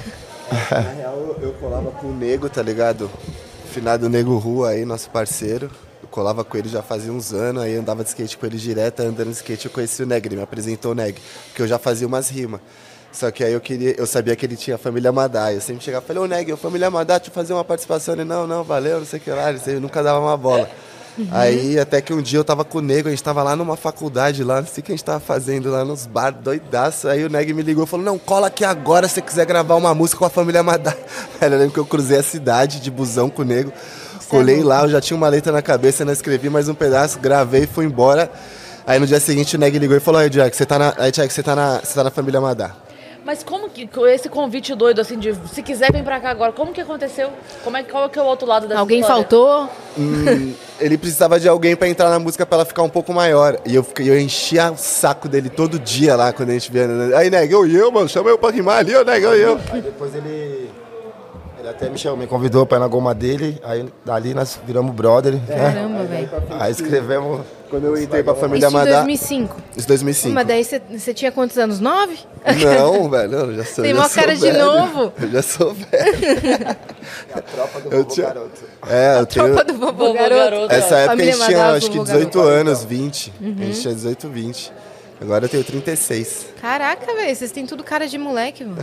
Na real, eu, eu colava com o Nego, tá ligado? Finado Nego Rua aí, nosso parceiro. Eu colava com ele já fazia uns anos, aí andava de skate com ele direto, andando de skate eu conheci o Neg, ele me apresentou o Neg, porque eu já fazia umas rimas. Só que aí eu queria, eu sabia que ele tinha a família Madá, eu sempre chegava e falei, ô Neg, a família Madá, deixa eu fazer uma participação. Ele, não, não, valeu, não sei o que lá, ele nunca dava uma bola. Uhum. Aí até que um dia eu tava com o Nego, a gente tava lá numa faculdade, lá, não sei o que a gente tava fazendo lá nos bar, doidaço. Aí o Neg me ligou e falou, não, cola aqui agora se você quiser gravar uma música com a família Madá. Aí eu lembro que eu cruzei a cidade de busão com o Nego, colei lá, eu já tinha uma letra na cabeça, não escrevi mais um pedaço, gravei e fui embora. Aí no dia seguinte o Neg ligou e falou, aí Jack, você tá na, aí, Jack, você tá na, você tá na família Madá. Mas como que, com esse convite doido, assim, de se quiser vem pra cá agora, como que aconteceu? Como é, qual é que é o outro lado dessa Alguém história? faltou? Hum, ele precisava de alguém pra entrar na música pra ela ficar um pouco maior. E eu, fiquei, eu enchia o saco dele todo dia lá, quando a gente via. Aí, Neg, eu e eu, mano, chama eu pra rimar ali, ô, Neg, eu e eu. Aí depois ele... Ele até me chamou, me convidou pra ir na goma dele, aí dali nós viramos brother. Caramba, né? velho. Aí escrevemos... Quando eu entrei pra família Isso em Madá... dois mil e cinco? Isso em dois mil e cinco. Mas daí você- você tinha quantos anos? Nove? Não, velho, eu já sou Tem já uma sou cara de velho. novo. Eu já sou velho. A tropa do Eu Bobo tinha- Garoto. É, eu tenho... Tropa do Vovô Vovô Garoto. Garoto. Essa época a Família gente tinha, Madá, acho que Vovô dezoito Garoto. anos, vinte. A gente tinha dezoito, vinte. Agora eu tenho trinta e seis. Caraca, velho, vocês têm tudo cara de moleque, mano.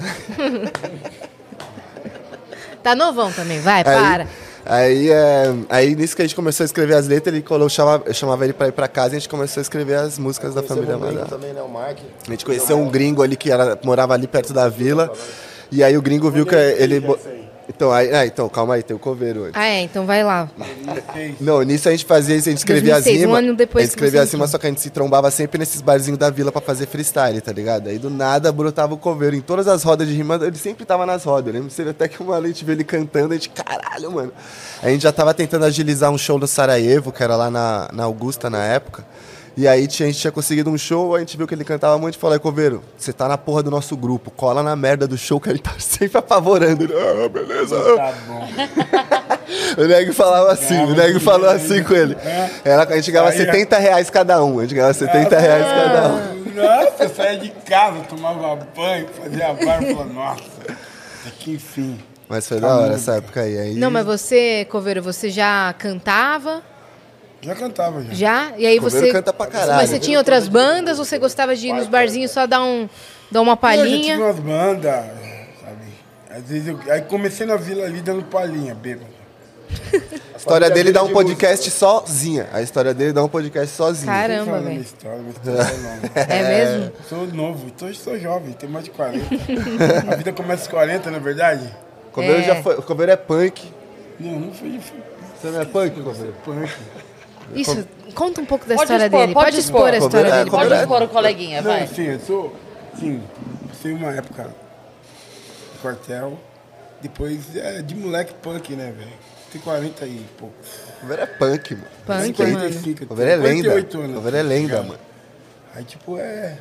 Tá novão também, vai, para. Aí, é, aí nisso que a gente começou a escrever as letras, ele colou, eu, chamava, eu chamava ele pra ir pra casa e a gente começou a escrever as músicas da família um gringo Madá. também, né, o Mark. A gente conheceu um gringo ali que era, morava ali perto da vila. E aí o gringo viu que ele... bo- Então, aí, ah, então, calma aí, tem o coveiro antes. Ah, é, então vai lá. Não, nisso a gente fazia isso, a gente escrevia dois mil e seis, as um rimas. ano depois a gente que escrevia você as rimas, só que a gente se trombava sempre nesses barzinhos da vila pra fazer freestyle, tá ligado? Aí do nada brotava o coveiro. Em todas as rodas de rima, ele sempre tava nas rodas. Eu lembro que até que uma noite viu ele cantando, a gente, caralho, mano. A gente já tava tentando agilizar um show no Sarajevo, que era lá na, na Augusta na época. E aí tinha, a gente tinha conseguido um show, a gente viu que ele cantava muito e falou, Coveiro, você tá na porra do nosso grupo, cola na merda do show que ele tá sempre apavorando. Ele, ah, beleza. Tá bom. O nego falava assim, o nego falou assim com ele. Era, a gente ganhava setenta reais cada um, a gente ganhava setenta reais cada um. Nossa, eu saía de casa, tomava banho, fazia barba e falava, nossa, que enfim. Mas foi da hora essa época aí. aí... Não, mas você, Coveiro, você já cantava? Já cantava, já. Já? E aí Coveiro você... canta pra caralho. Mas você tinha outras bandas ou você gostava de ir nos barzinhos só dar, um, dar uma palhinha? Eu já tive umas bandas, sabe? Às vezes eu... Aí comecei na vila ali dando palhinha, bêbado. A história dele dá um podcast sozinha. A história dele dá um podcast sozinha. Caramba, velho. História, minha história é, é mesmo? Sou novo, tô, sou jovem, tenho mais de quarenta. A vida começa aos quarenta, não é verdade? O Coveiro é. já foi. O Coveiro é punk. Não, não fui. Você não é punk, Coveiro? Punk. Isso, conta um pouco da Pode história expor, dele. pode Pode expor a expor. história Coveiro é- dele. Pode Coveiro é- expor o coleguinha, vai. Não, sim, eu sou. Sim, passei uma época no quartel. Depois é de moleque punk, né, velho? Tem quarenta e poucos. O Coveiro é punk, mano. Punk, quarenta e mano. cinco, O Coveiro é lenda. quarenta e oito anos. O Coveiro é lenda, Ligado? mano. Aí, tipo, é.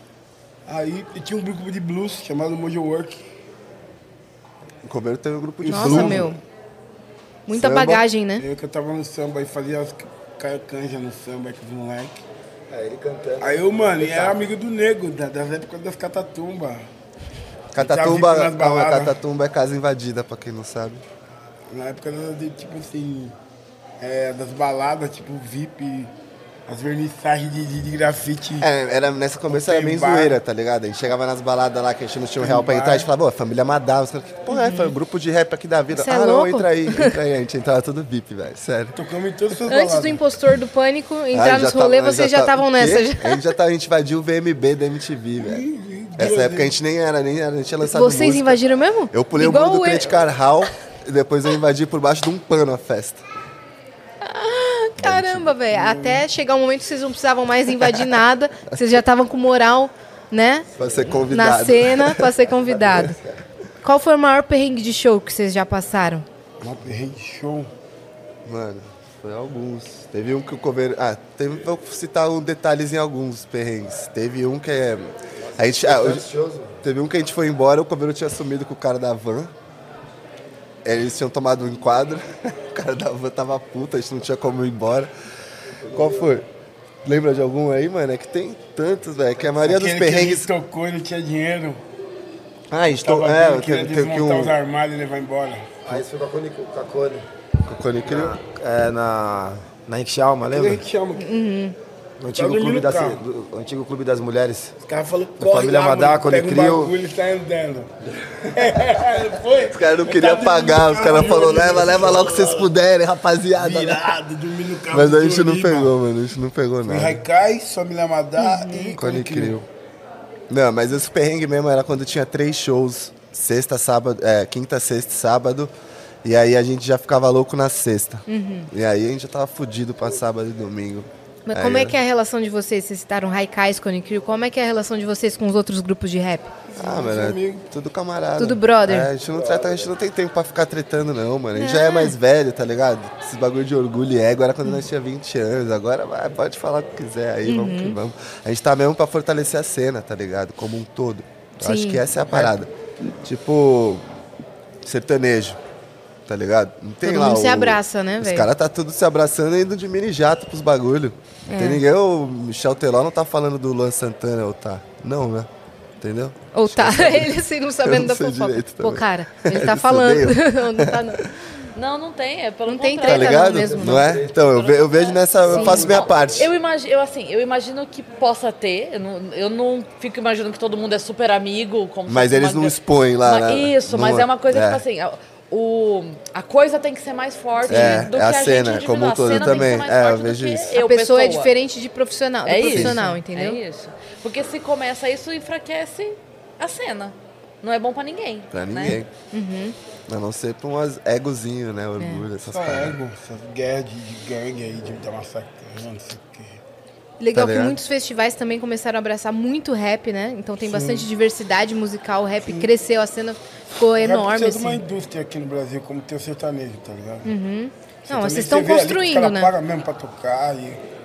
Aí eu tinha um grupo de blues chamado Mojo Work. O Coveiro tem um grupo de Nossa, blues. meu. Muita Samba. bagagem, né? Eu cantava no samba e fazia as ca- canja no samba com os moleques. É, ele cantando. Aí eu, mano, era amigo do nego, da- das épocas das catatumbas. Catatumba, Já vi nas calma, baladas. Catatumba é casa invadida, pra quem não sabe. Na época, de, tipo assim, é, das baladas, tipo V I P, as vernissagens de, de, de grafite. É, era, nessa começo era bem Tem bar. zoeira, tá ligado? A gente chegava nas baladas lá que a gente não tinha um real pra entrar, a gente falava, pô, família Madá, os caras, que porra é? Foi um grupo de rap aqui da vida. Você é Ah, não, louco? entra aí, entra aí. A gente entrava tudo V I P, velho, sério. Tocamos em todas essas Antes baladas. do impostor do pânico Ah, entrar já nos tava- rolês, vocês já tá- estavam o nessa. quê? já. A gente já tava, a gente invadiu o V M B da M T V, velho. Essa época a gente nem era, nem era, nem tinha lançado Vocês música. invadiram mesmo? Eu pulei Igual o muro do eu- Crente Carral e depois eu invadi por baixo de um pano a festa. Caramba, velho. Até chegar um momento que vocês não precisavam mais invadir nada. Vocês já estavam com moral, né? Pra ser convidado. Na cena, pra ser convidado. Qual foi o maior perrengue de show que vocês já passaram? Uma perrengue show. Mano, foi alguns. Teve um que o Coveiro... Ah, teve, vou citar um detalhes em alguns perrengues. Teve um que é... A gente, ah, hoje- teve um que a gente foi embora, o Coveiro tinha sumido com o cara da van. Eles tinham tomado um enquadro. O cara da van tava puto, a gente não tinha como ir embora. Qual foi? Lembra de algum aí, mano? É que tem tantos, velho, que a maioria Aquele dos perrengues... que a gente tocou e não tinha dinheiro. Ah, a gente to... Tava É, vendo que ia teve, teve que desmontar os um... armários e levar embora. Aí isso foi com a Cone. Com a Cone. Com o Cone Crio. É, na. Na Riquelma, Ele lembra? que chama. No antigo, dormindo clube no das, carro. do, antigo clube das mulheres. Os caras falaram, Da família Madá, quando pega um criou. bagulho e sai andando. Foi? Os caras não queriam pagar, os caras falaram, leva, leva logo que vocês puderem, rapaziada. Virado, dormindo no carro. Mas a do gente não Floripa. pegou, mano, a gente não pegou Foi nada. Haikai, Família Madá e Cone Cone Crio. Crio. Não, mas esse perrengue mesmo era quando tinha três shows, sexta, sábado, é, quinta, sexta e sábado, e aí a gente já ficava louco na sexta. E aí a gente já tava fudido pra sábado e domingo. Mas Aí como é era- que é a relação de vocês? Vocês citaram Haikais, Cone Crew. Como é que é a relação de vocês com os outros grupos de rap? Ah, mano, é tudo camarada. Tudo brother. É, a gente não trata, a gente não tem tempo pra ficar tretando, não, mano. A gente já é mais velho, tá ligado? Esses bagulho de orgulho e ego era quando nós tinha vinte anos. Agora vai, pode falar o que quiser aí, vamos que vamos. A gente tá mesmo pra fortalecer a cena, tá ligado? Como um todo. Eu Sim. acho que essa é a parada. Tipo, sertanejo, tá ligado? Não tem Todo lá mundo se o- abraça, né, Os velho? caras tá tudo se abraçando e indo de mini jato pros bagulho. Não É. tem ninguém, o Michel Teló não tá falando do Luan Santana, ou tá? Não, né? Entendeu? Ou tá, ele assim, não sabendo Eu da não sei fofoca. direito Pô, também. cara, ele tá Eles falando. odeiam. não, não tá não. Não, não tem, é pelo Não tem Tá contrário. treta. ligado? mesmo, não não. é? Então, eu, ve- eu vejo nessa. Eu Sim. faço minha Não, parte. Eu imagino, eu, assim, eu imagino que possa ter. Eu não, eu não fico imaginando que todo mundo é super amigo. Como Mas se fosse eles uma não gra- expõem lá, Mas- né? Isso, mas Não- é uma coisa é. tipo assim. a- O, a coisa tem que ser mais forte É, do é que a a, cena, gente como um individual. A todo, cena eu também. tem que ser mais É, eu forte do vejo que isso. eu, A pessoa é pessoa. diferente de profissional, do É isso. profissional, entendeu? É isso. Porque se começa isso, enfraquece a cena. Não é bom pra ninguém. Pra né? ninguém. Uhum. A não ser pra um egozinho, né? Orgulho, essas Só paradas. ego, essas guerras de, de gangue aí, de dar massacre, não sei o quê. Legal Tá que ligado? muitos festivais também começaram a abraçar muito rap, né? Então tem bastante diversidade musical, o rap cresceu, a cena ficou enorme, Precisa de uma assim. indústria aqui no Brasil, como tem o sertanejo, tá ligado? Uhum. Não, Também vocês estão você vê ali que construindo, os cara né? paga mesmo pra tocar e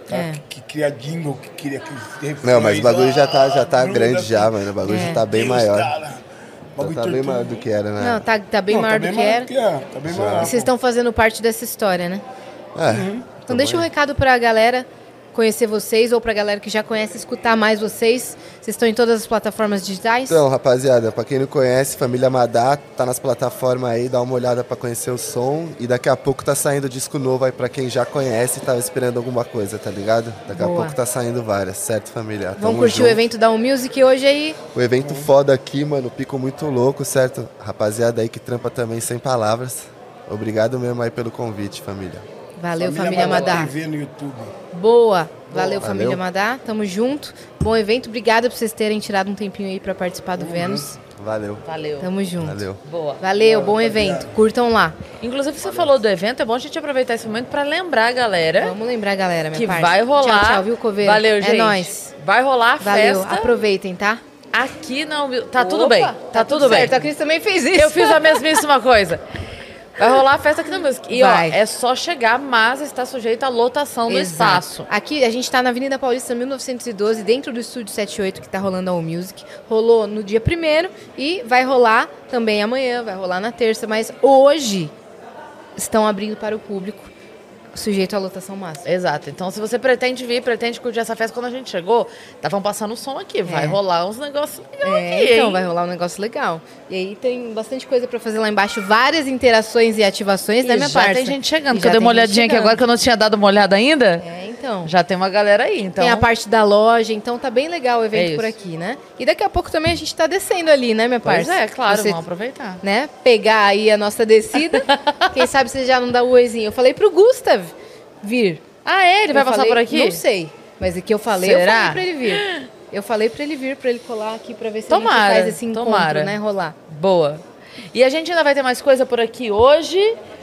cara É. que, que cria jingle, que cria que refrões, Não, mas o bagulho já tá, já tá gruda, grande já, assim. mano. O bagulho É. já tá bem Deus, maior. cara. Já Bagulho tá bem tortura. maior do que era, né? Não, tá, tá bem Não, maior tá do que maior era. do que é, tá bem maior. E vocês estão fazendo parte dessa história, né? É. Então deixa um recado pra galera conhecer vocês, ou pra galera que já conhece, escutar mais vocês. Vocês estão em todas as plataformas digitais? Então, rapaziada, pra quem não conhece, Família Madá tá nas plataformas aí, dá uma olhada pra conhecer o som. E daqui a pouco tá saindo disco novo aí pra quem já conhece e tava esperando alguma coisa, tá ligado? Daqui Boa. a pouco tá saindo várias, certo, família? Vamos Tamo curtir junto. o evento da Um Music hoje aí. O evento foda aqui, mano, pico muito louco, certo? Rapaziada aí que trampa também sem palavras. Obrigado mesmo aí pelo convite, família. Valeu, Família Madá. T V no YouTube. Boa. Valeu, Valeu. Família Madá. Tamo junto. Bom evento. Obrigada por vocês terem tirado um tempinho aí pra participar do Vênus. Valeu. Valeu. Tamo junto. Valeu. Boa. Valeu, bom evento. Curtam lá. Inclusive, você falou do evento, é bom a gente aproveitar esse momento pra lembrar a galera Vamos lembrar, galera, minha que parça. vai rolar. Tchau, tchau, viu, Coveiro? Valeu, É gente. nóis. Vai rolar a Valeu. festa Aproveitem, tá? aqui na Humil- Tá tudo Opa, bem. Tá, tudo, bem. certo. A Cris também fez isso. Eu fiz a mesmíssima coisa. Vai rolar a festa aqui na Music. E, Vai. ó, é só chegar, mas está sujeito à lotação do Exato. espaço. Aqui a gente tá na Avenida Paulista mil novecentos e doze, dentro do Estúdio setenta e oito, que tá rolando a All Music. Rolou no dia primeiro e vai rolar também amanhã, vai rolar na terça, mas hoje estão abrindo para o público, sujeito à lotação máxima. Exato. Então, se você pretende vir, pretende curtir essa festa, quando a gente chegou, estavam passando o som aqui. Vai É. rolar uns negócios legais É, aqui, então hein? vai rolar um negócio legal. E aí tem bastante coisa pra fazer lá embaixo, várias interações e ativações, né, E minha já parça? tem gente chegando, E que eu já dei uma tem gente olhadinha aqui chegando. agora, que eu não tinha dado uma olhada ainda. É, então. Já tem uma galera aí, então... Tem a parte da loja, então tá bem legal o evento É por isso. aqui, né? E daqui a pouco também a gente tá descendo ali, né, minha Pois parça? é, claro, Você, vamos aproveitar. né, pegar aí a nossa descida. Quem sabe você já não dá o oizinho. Eu falei pro Gustav vir. Ah, é? Ele vai Eu passar falei- por aqui? Não sei, mas o que eu falei, Será? eu falei pra ele vir. Eu falei pra ele vir, pra ele colar aqui, pra ver se Tomara, a gente faz esse encontro, tomara. né, rolar. Boa. E a gente ainda vai ter mais coisa por aqui hoje.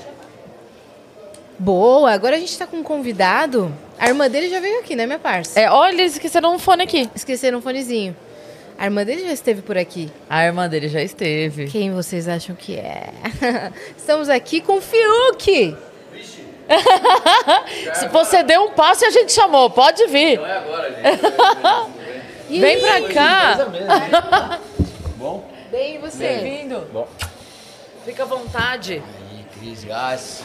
Boa, agora a gente tá com um convidado. A irmã dele já veio aqui, né, minha parça? É, olha, eles esqueceram um fone aqui. Esqueceram um fonezinho. A irmã dele já esteve por aqui. A irmã dele já esteve. Quem vocês acham que é? Estamos aqui com o Fiuk. Se você deu um passo e a gente chamou, pode vir. Não é agora, gente. Vem pra cá. Bom? Bem, e você? Bem-vindo. Bom. Fica à vontade. Aí, Cris Gás.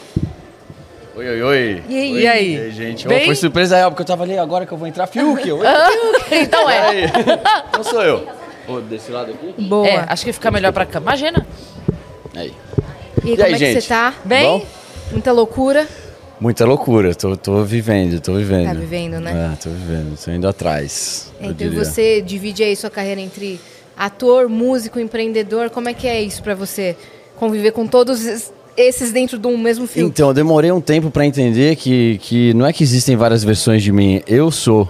Oi, oi, oi. E aí? Oi, E aí? E aí, gente? Bem? Oh, foi surpresa real, porque eu tava ali agora que eu vou entrar. Fiuk. Oi. Então é. Aí. Não sou eu. Ô, desse lado aqui? Boa. É, acho que fica melhor pra cá. Imagina. Aí. E aí, E como aí, é que gente? você tá? Bem? Bom? Muita loucura. Muita loucura. Tô, tô vivendo, tô vivendo. Tá vivendo, né? É, tô vivendo. Tô indo atrás. eu Então diria. você divide aí sua carreira entre ator, músico, empreendedor. Como é que é isso pra você conviver com todos es- esses dentro de um mesmo filme? Então, eu demorei um tempo pra entender que, que não é que existem várias versões de mim. Eu sou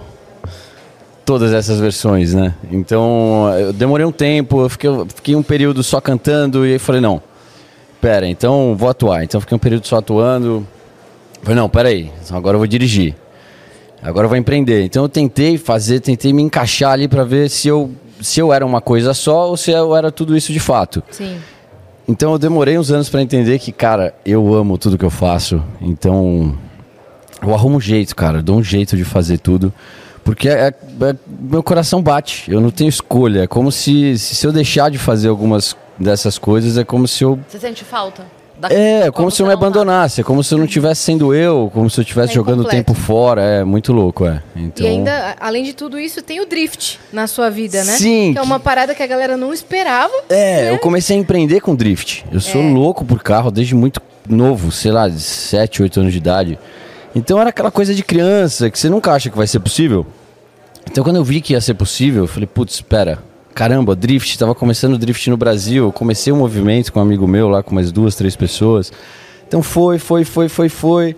todas essas versões, né? Então, eu demorei um tempo, eu fiquei, eu fiquei um período só cantando e aí falei, não, pera, então vou atuar. Então, fiquei um período só atuando. Falei, não, pera aí, então agora eu vou dirigir. Agora eu vou empreender. Então, eu tentei fazer, tentei me encaixar ali pra ver se eu, se eu era uma coisa só ou se eu era tudo isso de fato. Sim. Então eu demorei uns anos pra entender que, cara, eu amo tudo que eu faço. Então eu arrumo um jeito, cara. Eu dou um jeito de fazer tudo. Porque é, é- meu coração bate. Eu não tenho escolha. É como se, se eu deixar de fazer algumas dessas coisas, é como se eu... Você sente falta? Da- É, como se eu me você não tá. abandonasse. É como se eu não estivesse sendo eu. Como se eu estivesse É jogando o incompleto. tempo fora. É muito louco, é. Então... E ainda, a- além de tudo isso, tem o drift na sua vida, né? Sim. Que é uma parada que a galera não esperava. É, né? eu comecei a empreender com drift. Eu sou É. louco por carro desde muito novo, sei lá, de sete, oito anos de idade. Então era aquela coisa de criança que você nunca acha que vai ser possível. Então quando eu vi que ia ser possível, eu falei, putz, espera, caramba, drift, tava começando o drift no Brasil, eu comecei um movimento com um amigo meu lá, com umas duas, três pessoas. Então foi, foi, foi, foi, foi,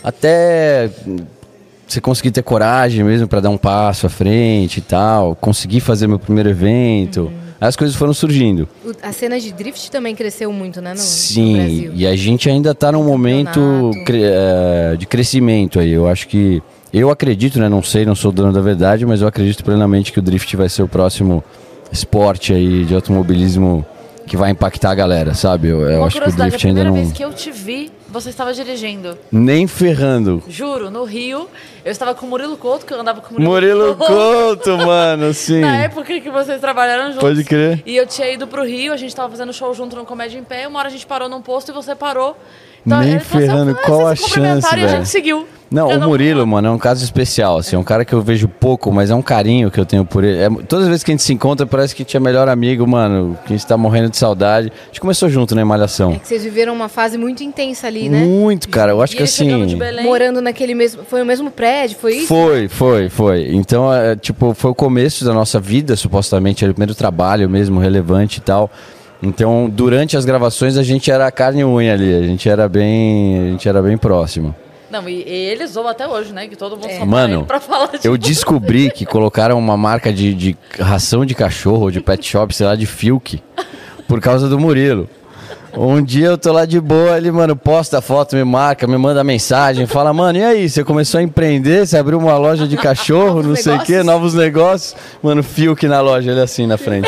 até você conseguir ter coragem mesmo pra dar um passo à frente e tal, conseguir fazer meu primeiro evento. Aí as coisas foram surgindo. O- a cena de drift também cresceu muito, né? No, no Sim, Brasil. e a gente ainda tá num momento Campeonato. cre- eh, de crescimento aí. Eu acho que, eu acredito, né? Não sei, não sou dono da verdade, mas eu acredito plenamente que o drift vai ser o próximo esporte aí de automobilismo que vai impactar a galera, sabe? Eu, eu Uma acho que o curiosidade, drift a ainda primeira não... vez que eu te vi, você estava dirigindo. Nem ferrando. Juro, no Rio, eu estava com o Murilo Couto, que eu andava com o Murilo, Murilo Couto, mano, sim. Na época que vocês trabalharam juntos. Pode crer. E eu tinha ido pro Rio, a gente estava fazendo show junto no Comédia em Pé, uma hora a gente parou num posto e você parou. Então, Nem ele falou ferrando, assim, ah, qual vocês a se cumprimentaram chance, e a velho? gente seguiu. Não, Eu o Murilo, mano, é um caso especial, assim, é um cara que eu vejo pouco, mas é um carinho que eu tenho por ele. É, todas as vezes que a gente se encontra, parece que a gente é melhor amigo, mano, que a gente tá morrendo de saudade. A gente começou junto, né, em Malhação. É que vocês viveram uma fase muito intensa ali, né? Muito, cara, eu acho E que ele chegando assim... de Belém. Morando naquele mesmo... Foi o mesmo prédio, foi isso? Foi, foi, foi. Então, é, tipo, foi o começo da nossa vida, supostamente, era o primeiro trabalho mesmo, relevante e tal. Então, durante as gravações, a gente era carne e unha ali, a gente era bem, a gente era bem próximo. Não, e, e ele zoa até hoje, né? Que todo mundo só Mano, pra falar de eu descobri que colocaram uma marca de, de ração de cachorro, de pet shop, sei lá, de Filk, por causa do Murilo. Um dia eu tô lá de boa, ele, mano, posta a foto, me marca, me manda mensagem, fala, mano, e aí, você começou a empreender, você abriu uma loja de cachorro, não sei o quê, novos negócios. Mano, Filk na loja, ele assim na frente.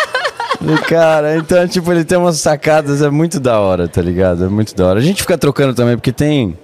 E, cara, então, tipo, ele tem umas sacadas, é muito da hora, tá ligado? É muito da hora. A gente fica trocando também, porque tem...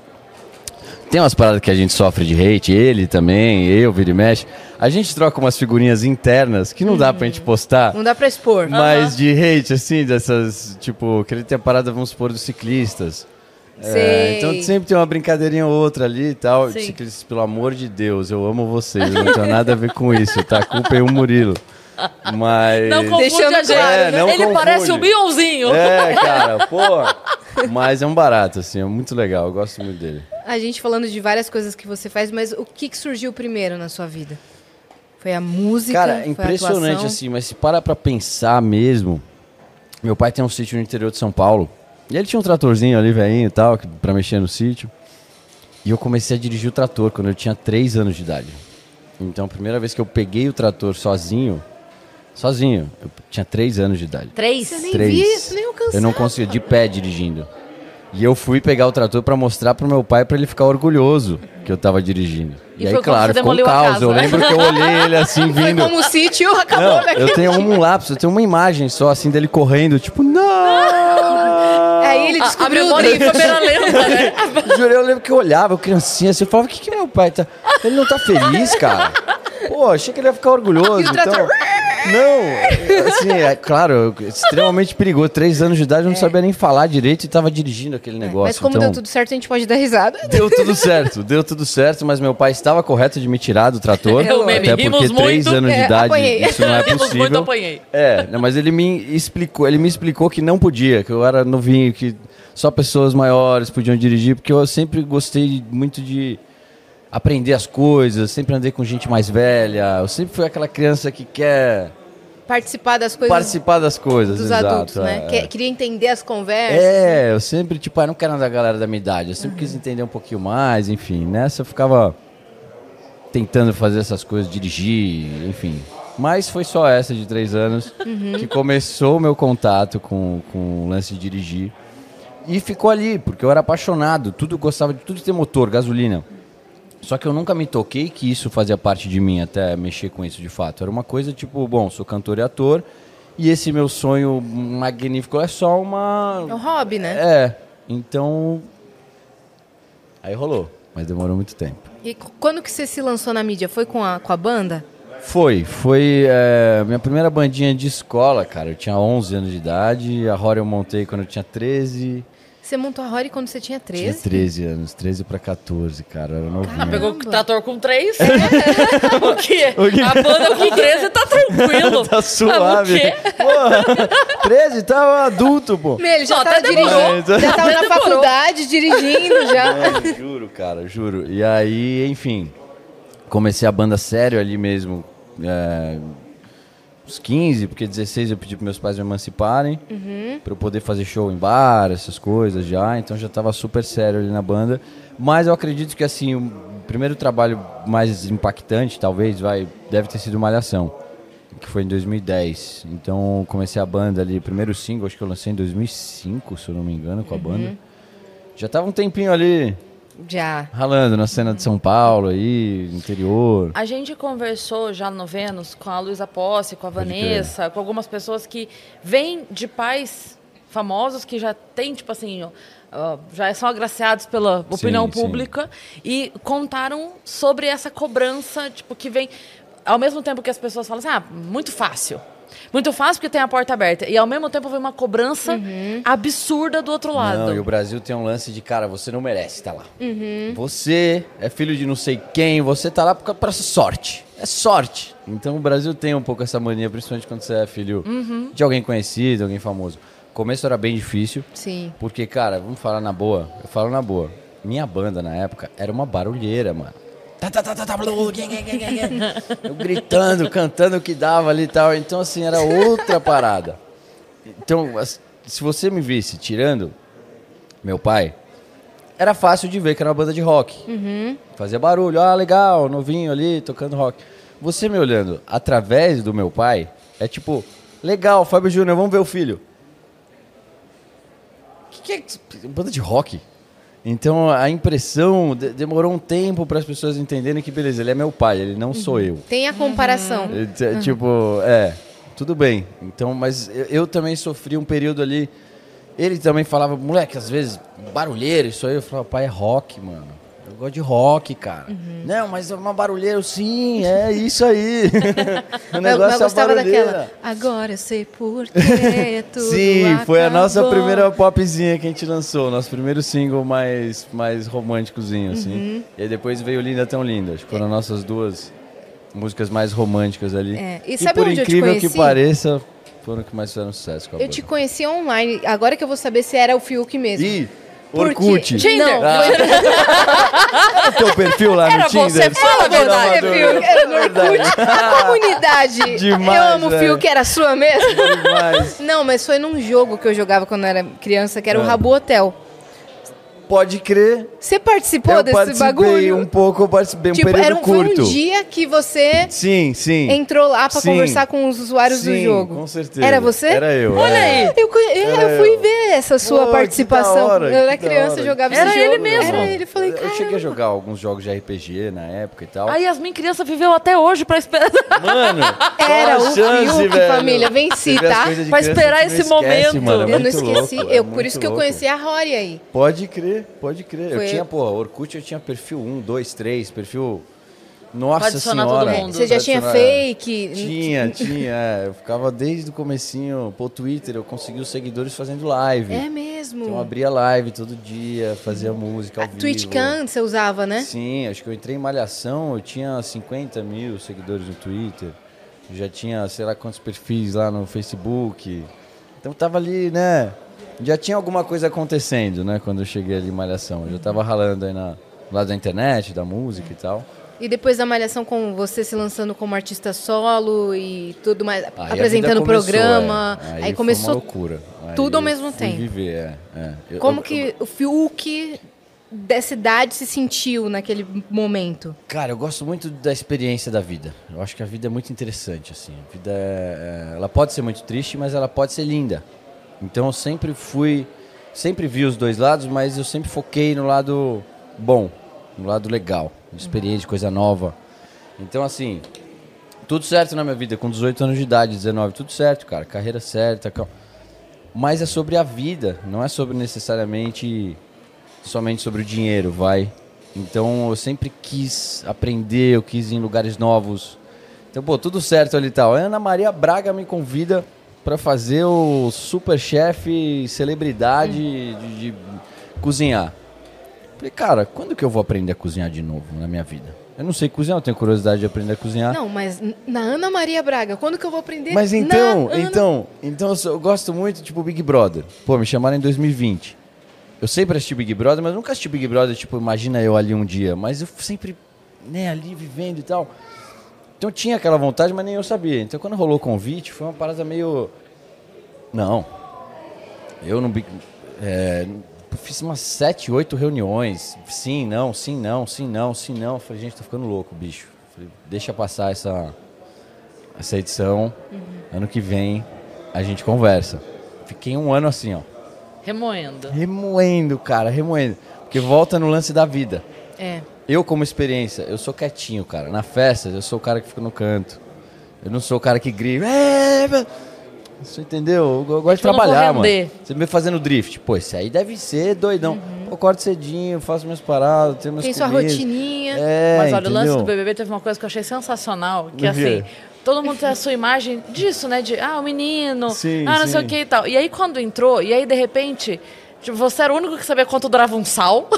Tem umas paradas que a gente sofre de hate, ele também, eu, vira e mexe. A gente troca umas figurinhas internas que não dá pra gente postar. Não dá pra expor. Mas de hate, assim, dessas, tipo, que ele tem a parada, vamos supor, dos ciclistas. É, então sempre tem uma brincadeirinha ou outra ali e tal. Sim. Ciclistas, pelo amor de Deus, eu amo vocês, eu não tenho nada a ver com isso, tá? A culpa é o Murilo. Mas... Não confunde Deixando a gente. claro, né? Não Ele confunde. parece o Beyoncézinho. É, cara, pô. Mas é um barato, assim, é muito legal, eu gosto muito dele. A gente falando de várias coisas que você faz, mas o que, que surgiu primeiro na sua vida? Foi a música? Cara, foi a impressionante atuação? assim, mas se para pra pensar mesmo, meu pai tem um sítio no interior de São Paulo, e ele tinha um tratorzinho ali, velhinho e tal, que- pra mexer no sítio, e eu comecei a dirigir o trator quando eu tinha três anos de idade. Então, a primeira vez que eu peguei o trator sozinho, sozinho, eu tinha três anos de idade. Três? Você nem Três. via isso, nem alcançava. Eu não conseguia, de pé dirigindo. E eu fui pegar o trator pra mostrar pro meu pai, pra ele ficar orgulhoso que eu tava dirigindo. E E, aí, foi quando claro, você ficou um demoliu a caos. casa, Eu né? lembro que eu olhei ele assim, Foi vindo... como o sítio acabou Não, naquele eu tenho um lapso, eu tenho uma imagem só, assim, dele correndo, tipo, não! Aí ele A, a descobriu memória o em câmera lenta, né? Jurei, eu lembro que eu olhava, eu criancinha, assim, eu falava, o que que meu pai tá... Ele não tá feliz, cara? Pô, achei que ele ia ficar orgulhoso, E o trator- então... Não, assim, é claro, extremamente perigoso. Três anos de idade, eu não sabia nem falar direito e tava dirigindo aquele negócio. Mas como então... deu tudo certo, a gente pode dar risada. Deu tudo certo, deu tudo certo, mas meu pai estava correto de me tirar do trator. É o meme, até porque rimos três muito. anos de É, idade, apanhei. isso não é Rimos muito, possível. apanhei. É, não, mas ele me explicou, ele me explicou que não podia, que eu era novinho, que só pessoas maiores podiam dirigir, porque eu sempre gostei muito de aprender as coisas, sempre andei com gente mais velha, eu sempre fui aquela criança que quer Participar das coisas participar das coisas, dos exato, adultos, né? é. Que- queria entender as conversas. É, eu sempre, tipo, ah, não quero andar da galera da minha idade. Eu sempre quis entender um pouquinho mais, enfim. Nessa eu ficava tentando fazer essas coisas, dirigir, enfim. Mas foi só essa de três anos que começou o meu contato com, com o lance de dirigir. E ficou ali, porque eu era apaixonado. Tudo gostava de tudo ter motor, gasolina. Só que eu nunca me toquei que isso fazia parte de mim, até mexer com isso de fato. Era uma coisa tipo, bom, sou cantor e ator. E esse meu sonho magnífico é só uma... É um hobby, né? É, então... Aí rolou, mas demorou muito tempo. E c- quando que você se lançou na mídia? Foi com a, com a banda? Foi, foi é, minha primeira bandinha de escola, cara. Eu tinha onze anos de idade, a Rory eu montei quando eu tinha treze. Você montou a Rory quando você tinha treze? Tinha treze anos, treze pra quatorze, cara, eu era novinho. Ah, pegou o trator com três? O quê? O quê? A banda com treze tá tranquilo. Tá suave. Ah, o quê? Porra, treze, tava adulto, pô. Meu, ele já Não, tava até demorou. dirigindo, já tava Até na demorou. faculdade, dirigindo já. É, juro, cara, juro. E aí, enfim, comecei a banda sério ali mesmo, é, uns quinze, porque dezesseis eu pedi para meus pais me emanciparem, Uhum. para eu poder fazer show em bar, essas coisas já, então já tava super sério ali na banda. Mas eu acredito que, assim, o primeiro trabalho mais impactante, talvez, vai, deve ter sido Malhação, que foi em dois mil e dez. Então comecei a banda ali, o primeiro single, acho que eu lancei em dois mil e cinco, se eu não me engano, com a banda. Já tava um tempinho ali Já. ralando na cena de São Paulo aí, interior. A gente conversou já no Vênus com a Luísa Posse, com a Pode Vanessa, com algumas pessoas que vêm de pais famosos que já tem, tipo assim, ó, uh, já são agraciados pela opinião Sim, pública e contaram sobre essa cobrança, tipo, que vem ao mesmo tempo que as pessoas falam assim, ah, muito fácil. Muito fácil porque tem a porta aberta. E ao mesmo tempo vem uma cobrança Uhum. absurda do outro lado. Não, e o Brasil tem um lance de, cara, você não merece estar lá. Uhum. Você é filho de não sei quem, você tá lá pra, pra sorte. É sorte. Então o Brasil tem um pouco essa mania, principalmente quando você é filho Uhum. de alguém conhecido, alguém famoso. O começo era bem difícil. Sim. Porque, cara, vamos falar na boa. Eu falo na boa. Minha banda, na época, era uma barulheira, mano. Tá, tá, tá, tá, tá, blue, yeah, yeah, yeah, yeah. Eu gritando, cantando o que dava ali e tal. Então, assim, era outra parada. Então, se você me visse tirando meu pai, era fácil de ver que era uma banda de rock. Uhum. Fazia barulho, ah, legal, novinho ali, tocando rock. Você me olhando através do meu pai, é tipo, legal, Fábio Júnior, vamos ver o filho. Que que é banda de rock? Então a impressão de- demorou um tempo para as pessoas entenderem que, beleza, ele é meu pai, ele não sou eu. Tem a comparação. Ele t- Tipo, é, tudo bem. Então, mas eu, eu também sofri um período ali. Ele também falava, moleque, às vezes, barulheiro, isso aí. Eu falava, pai, é rock, mano. Eu gosto de rock, cara. Não, mas é uma barulheiro, sim, é isso aí. o Eu, negócio eu é gostava barulheira. daquela. Agora eu sei por que tudo Sim, foi a nossa acabou. primeira popzinha que a gente lançou, nosso primeiro single mais, mais românticozinho, assim. Uhum. E aí depois veio Linda Tão Linda, acho que foram nossas duas músicas mais românticas ali. É, e E, sabe por onde eu te incrível que conheci? pareça, foram que mais fizeram sucesso com a Eu banda. te conheci online, agora que eu vou saber se era o Fiuk mesmo. Ih, Porque- Orkut. Tinder. Não, Ah. É o teu perfil lá Era no Tinder? você, fala a verdade, Fiuk. Era no Orkut. A comunidade. Demais, eu amo o velho. Fiuk, era sua mesmo? Demais. Não, mas foi num jogo que eu jogava quando eu era criança, que era o Ah. Rabu Hotel. Pode crer. Você participou eu desse participei bagulho? um pouco, eu participei um Tipo, período era um, foi curto. um dia que você Sim, sim. entrou lá pra Sim. conversar com os usuários Sim, do jogo. com certeza. Era você? Era eu, Olha é. aí. Eu, conhe- é, Era eu fui eu. ver essa sua Pô, que participação. da hora, eu era que da criança, hora. jogava Era esse ele jogo. mesmo. Era ele. Eu falei, Eu cheguei a jogar alguns jogos de R P G na época e tal. A Yasmin criança viveu até hoje pra esperar. Mano, Era qual a o chance, Fiuk, velho? família. Venci, Você vê as tá? coisas de Pra criança esperar que não esse esquece, momento. mano, é Eu não muito esqueci. louco, eu, é por muito isso que eu louco. conheci a Rory aí. Pode crer, pode crer. Foi- Eu tinha, pô, Orkut eu tinha perfil um, dois, três, perfil... Nossa Pra adicionar todo senhora. mundo. Você já tinha Pra adicionar- fake? Tinha, tinha. é. Eu ficava desde o comecinho, pô, Twitter, eu consegui os seguidores fazendo live. É mesmo. Então eu abria live todo dia, fazia música ao A vivo. TwitchCam você usava, né? Sim, acho que eu entrei em Malhação, eu tinha cinquenta mil seguidores no Twitter. Eu já tinha, sei lá quantos perfis lá no Facebook. Então tava ali, né? Já tinha alguma coisa acontecendo, né? Quando eu cheguei ali em Malhação. Eu já tava ralando aí na, lá da internet, da música e tal. E depois da Malhação com você se lançando como artista solo e tudo mais, Aí a vida apresentando o começou, programa, é. aí, foi começou uma loucura. Aí tudo ao eu mesmo fui tempo. viver, é, é. Eu- Como eu- que o Fiuk dessa idade se sentiu naquele momento? Cara, eu gosto muito da experiência da vida. Eu acho que a vida é muito interessante, assim. A vida é, é- ela pode ser muito triste, mas ela pode ser linda. Então eu sempre fui, sempre vi os dois lados, mas eu sempre foquei no lado bom, no lado legal, experiência, coisa nova. Então assim, tudo certo na minha vida, com dezoito anos de idade, dezenove, tudo certo, cara, carreira certa. cal- Mas é sobre a vida, não é sobre necessariamente somente sobre o dinheiro, vai. Então eu sempre quis aprender, eu quis ir em lugares novos. Então, pô, tudo certo ali e tal. A Ana Maria Braga me convida pra fazer o Superchef celebridade de, de cozinhar. Falei, cara, quando que eu vou aprender a cozinhar de novo na minha vida? Eu não sei cozinhar, eu tenho curiosidade de aprender a cozinhar. Não, mas n- na Ana Maria Braga, quando que eu vou aprender? Mas então, Na Ana- então, então eu, sou- eu gosto muito, tipo, Big Brother. Pô, me chamaram em dois mil e vinte. Eu sempre assisti Big Brother, mas nunca assisti Big Brother, tipo, imagina eu ali um dia. Mas eu sempre, né, ali vivendo e tal. Então eu tinha aquela vontade, mas nem eu sabia. Então quando rolou o convite, foi uma parada meio... Não. Eu não... Big- É, eu fiz umas sete, oito reuniões. Sim, não, sim, não, sim, não, sim, não. Eu falei, gente, tô ficando louco, bicho. Eu falei, deixa passar essa, essa edição. Ano que vem a gente conversa. Fiquei um ano assim, ó. Remoendo. Remoendo, cara, remoendo. Porque volta no lance da vida. É. Eu, como experiência, eu sou quietinho, cara. Na festa, eu sou o cara que fica no canto. Eu não sou o cara que grita. "É, meu-" Você entendeu? Eu, eu gosto de Eu não vou trabalhar, mano. render. Você me vê fazendo drift. Pô, esse aí deve ser doidão. Uhum. Eu acordo cedinho, faço minhas paradas, tenho minhas Tem sua comidas. rotininha. É, Mas olha, o lance entendeu? do B B B teve uma coisa que eu achei sensacional, que O quê? assim, todo mundo tem a sua imagem disso, né? De, ah, o menino, Sim, ah, não sei sim. o que e tal. E aí quando entrou, e aí de repente, tipo, você era o único que sabia quanto durava um sal.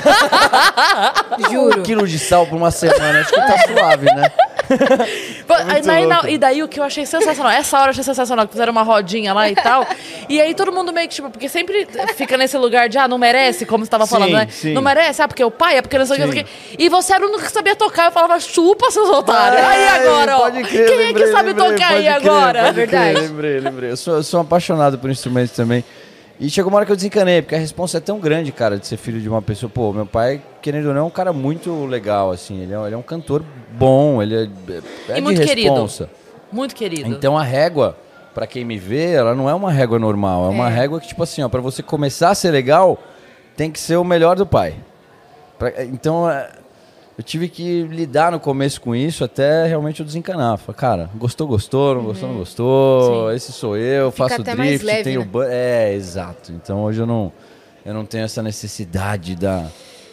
Juro. Um quilo de sal por uma semana, acho que tá suave, né? Pô, É muito aí, daí, louco. na- e daí o que eu achei sensacional, essa hora eu achei sensacional, que fizeram uma rodinha lá e tal. E aí todo mundo meio que, tipo, porque sempre fica nesse lugar de, ah, não merece, como você tava Sim, falando, né? sim. Não merece, ah, porque é o pai, é porque não sei o que, não sei o Sim. que. E você era o único que sabia tocar, eu falava, chupa, seus otários. Aí Ai, agora, ó, pode crer, quem é lembrei, que sabe lembrei, tocar pode aí crer, agora? pode crer, Verdade. lembrei, lembrei. Eu sou, eu sou um apaixonado por instrumentos também. E chegou uma hora que eu desencanei, porque a responsa é tão grande, cara, de ser filho de uma pessoa. Pô, meu pai, querendo ou não, é um cara muito legal, assim. Ele é, ele é um cantor bom, ele é, é E de muito responsa. querido. Muito querido. Então a régua, pra quem me vê, ela não é uma régua normal. É uma É. régua que, tipo assim, ó, pra você começar a ser legal, tem que ser o melhor do pai. Pra- então, é, eu tive que lidar no começo com isso até realmente eu desencanar. Falei, cara, gostou, gostou, não gostou, não gostou. Sim. Esse sou eu, Fica faço até mais drift, leve, tenho né? ban- É, exato. Então hoje eu não, eu não tenho essa necessidade da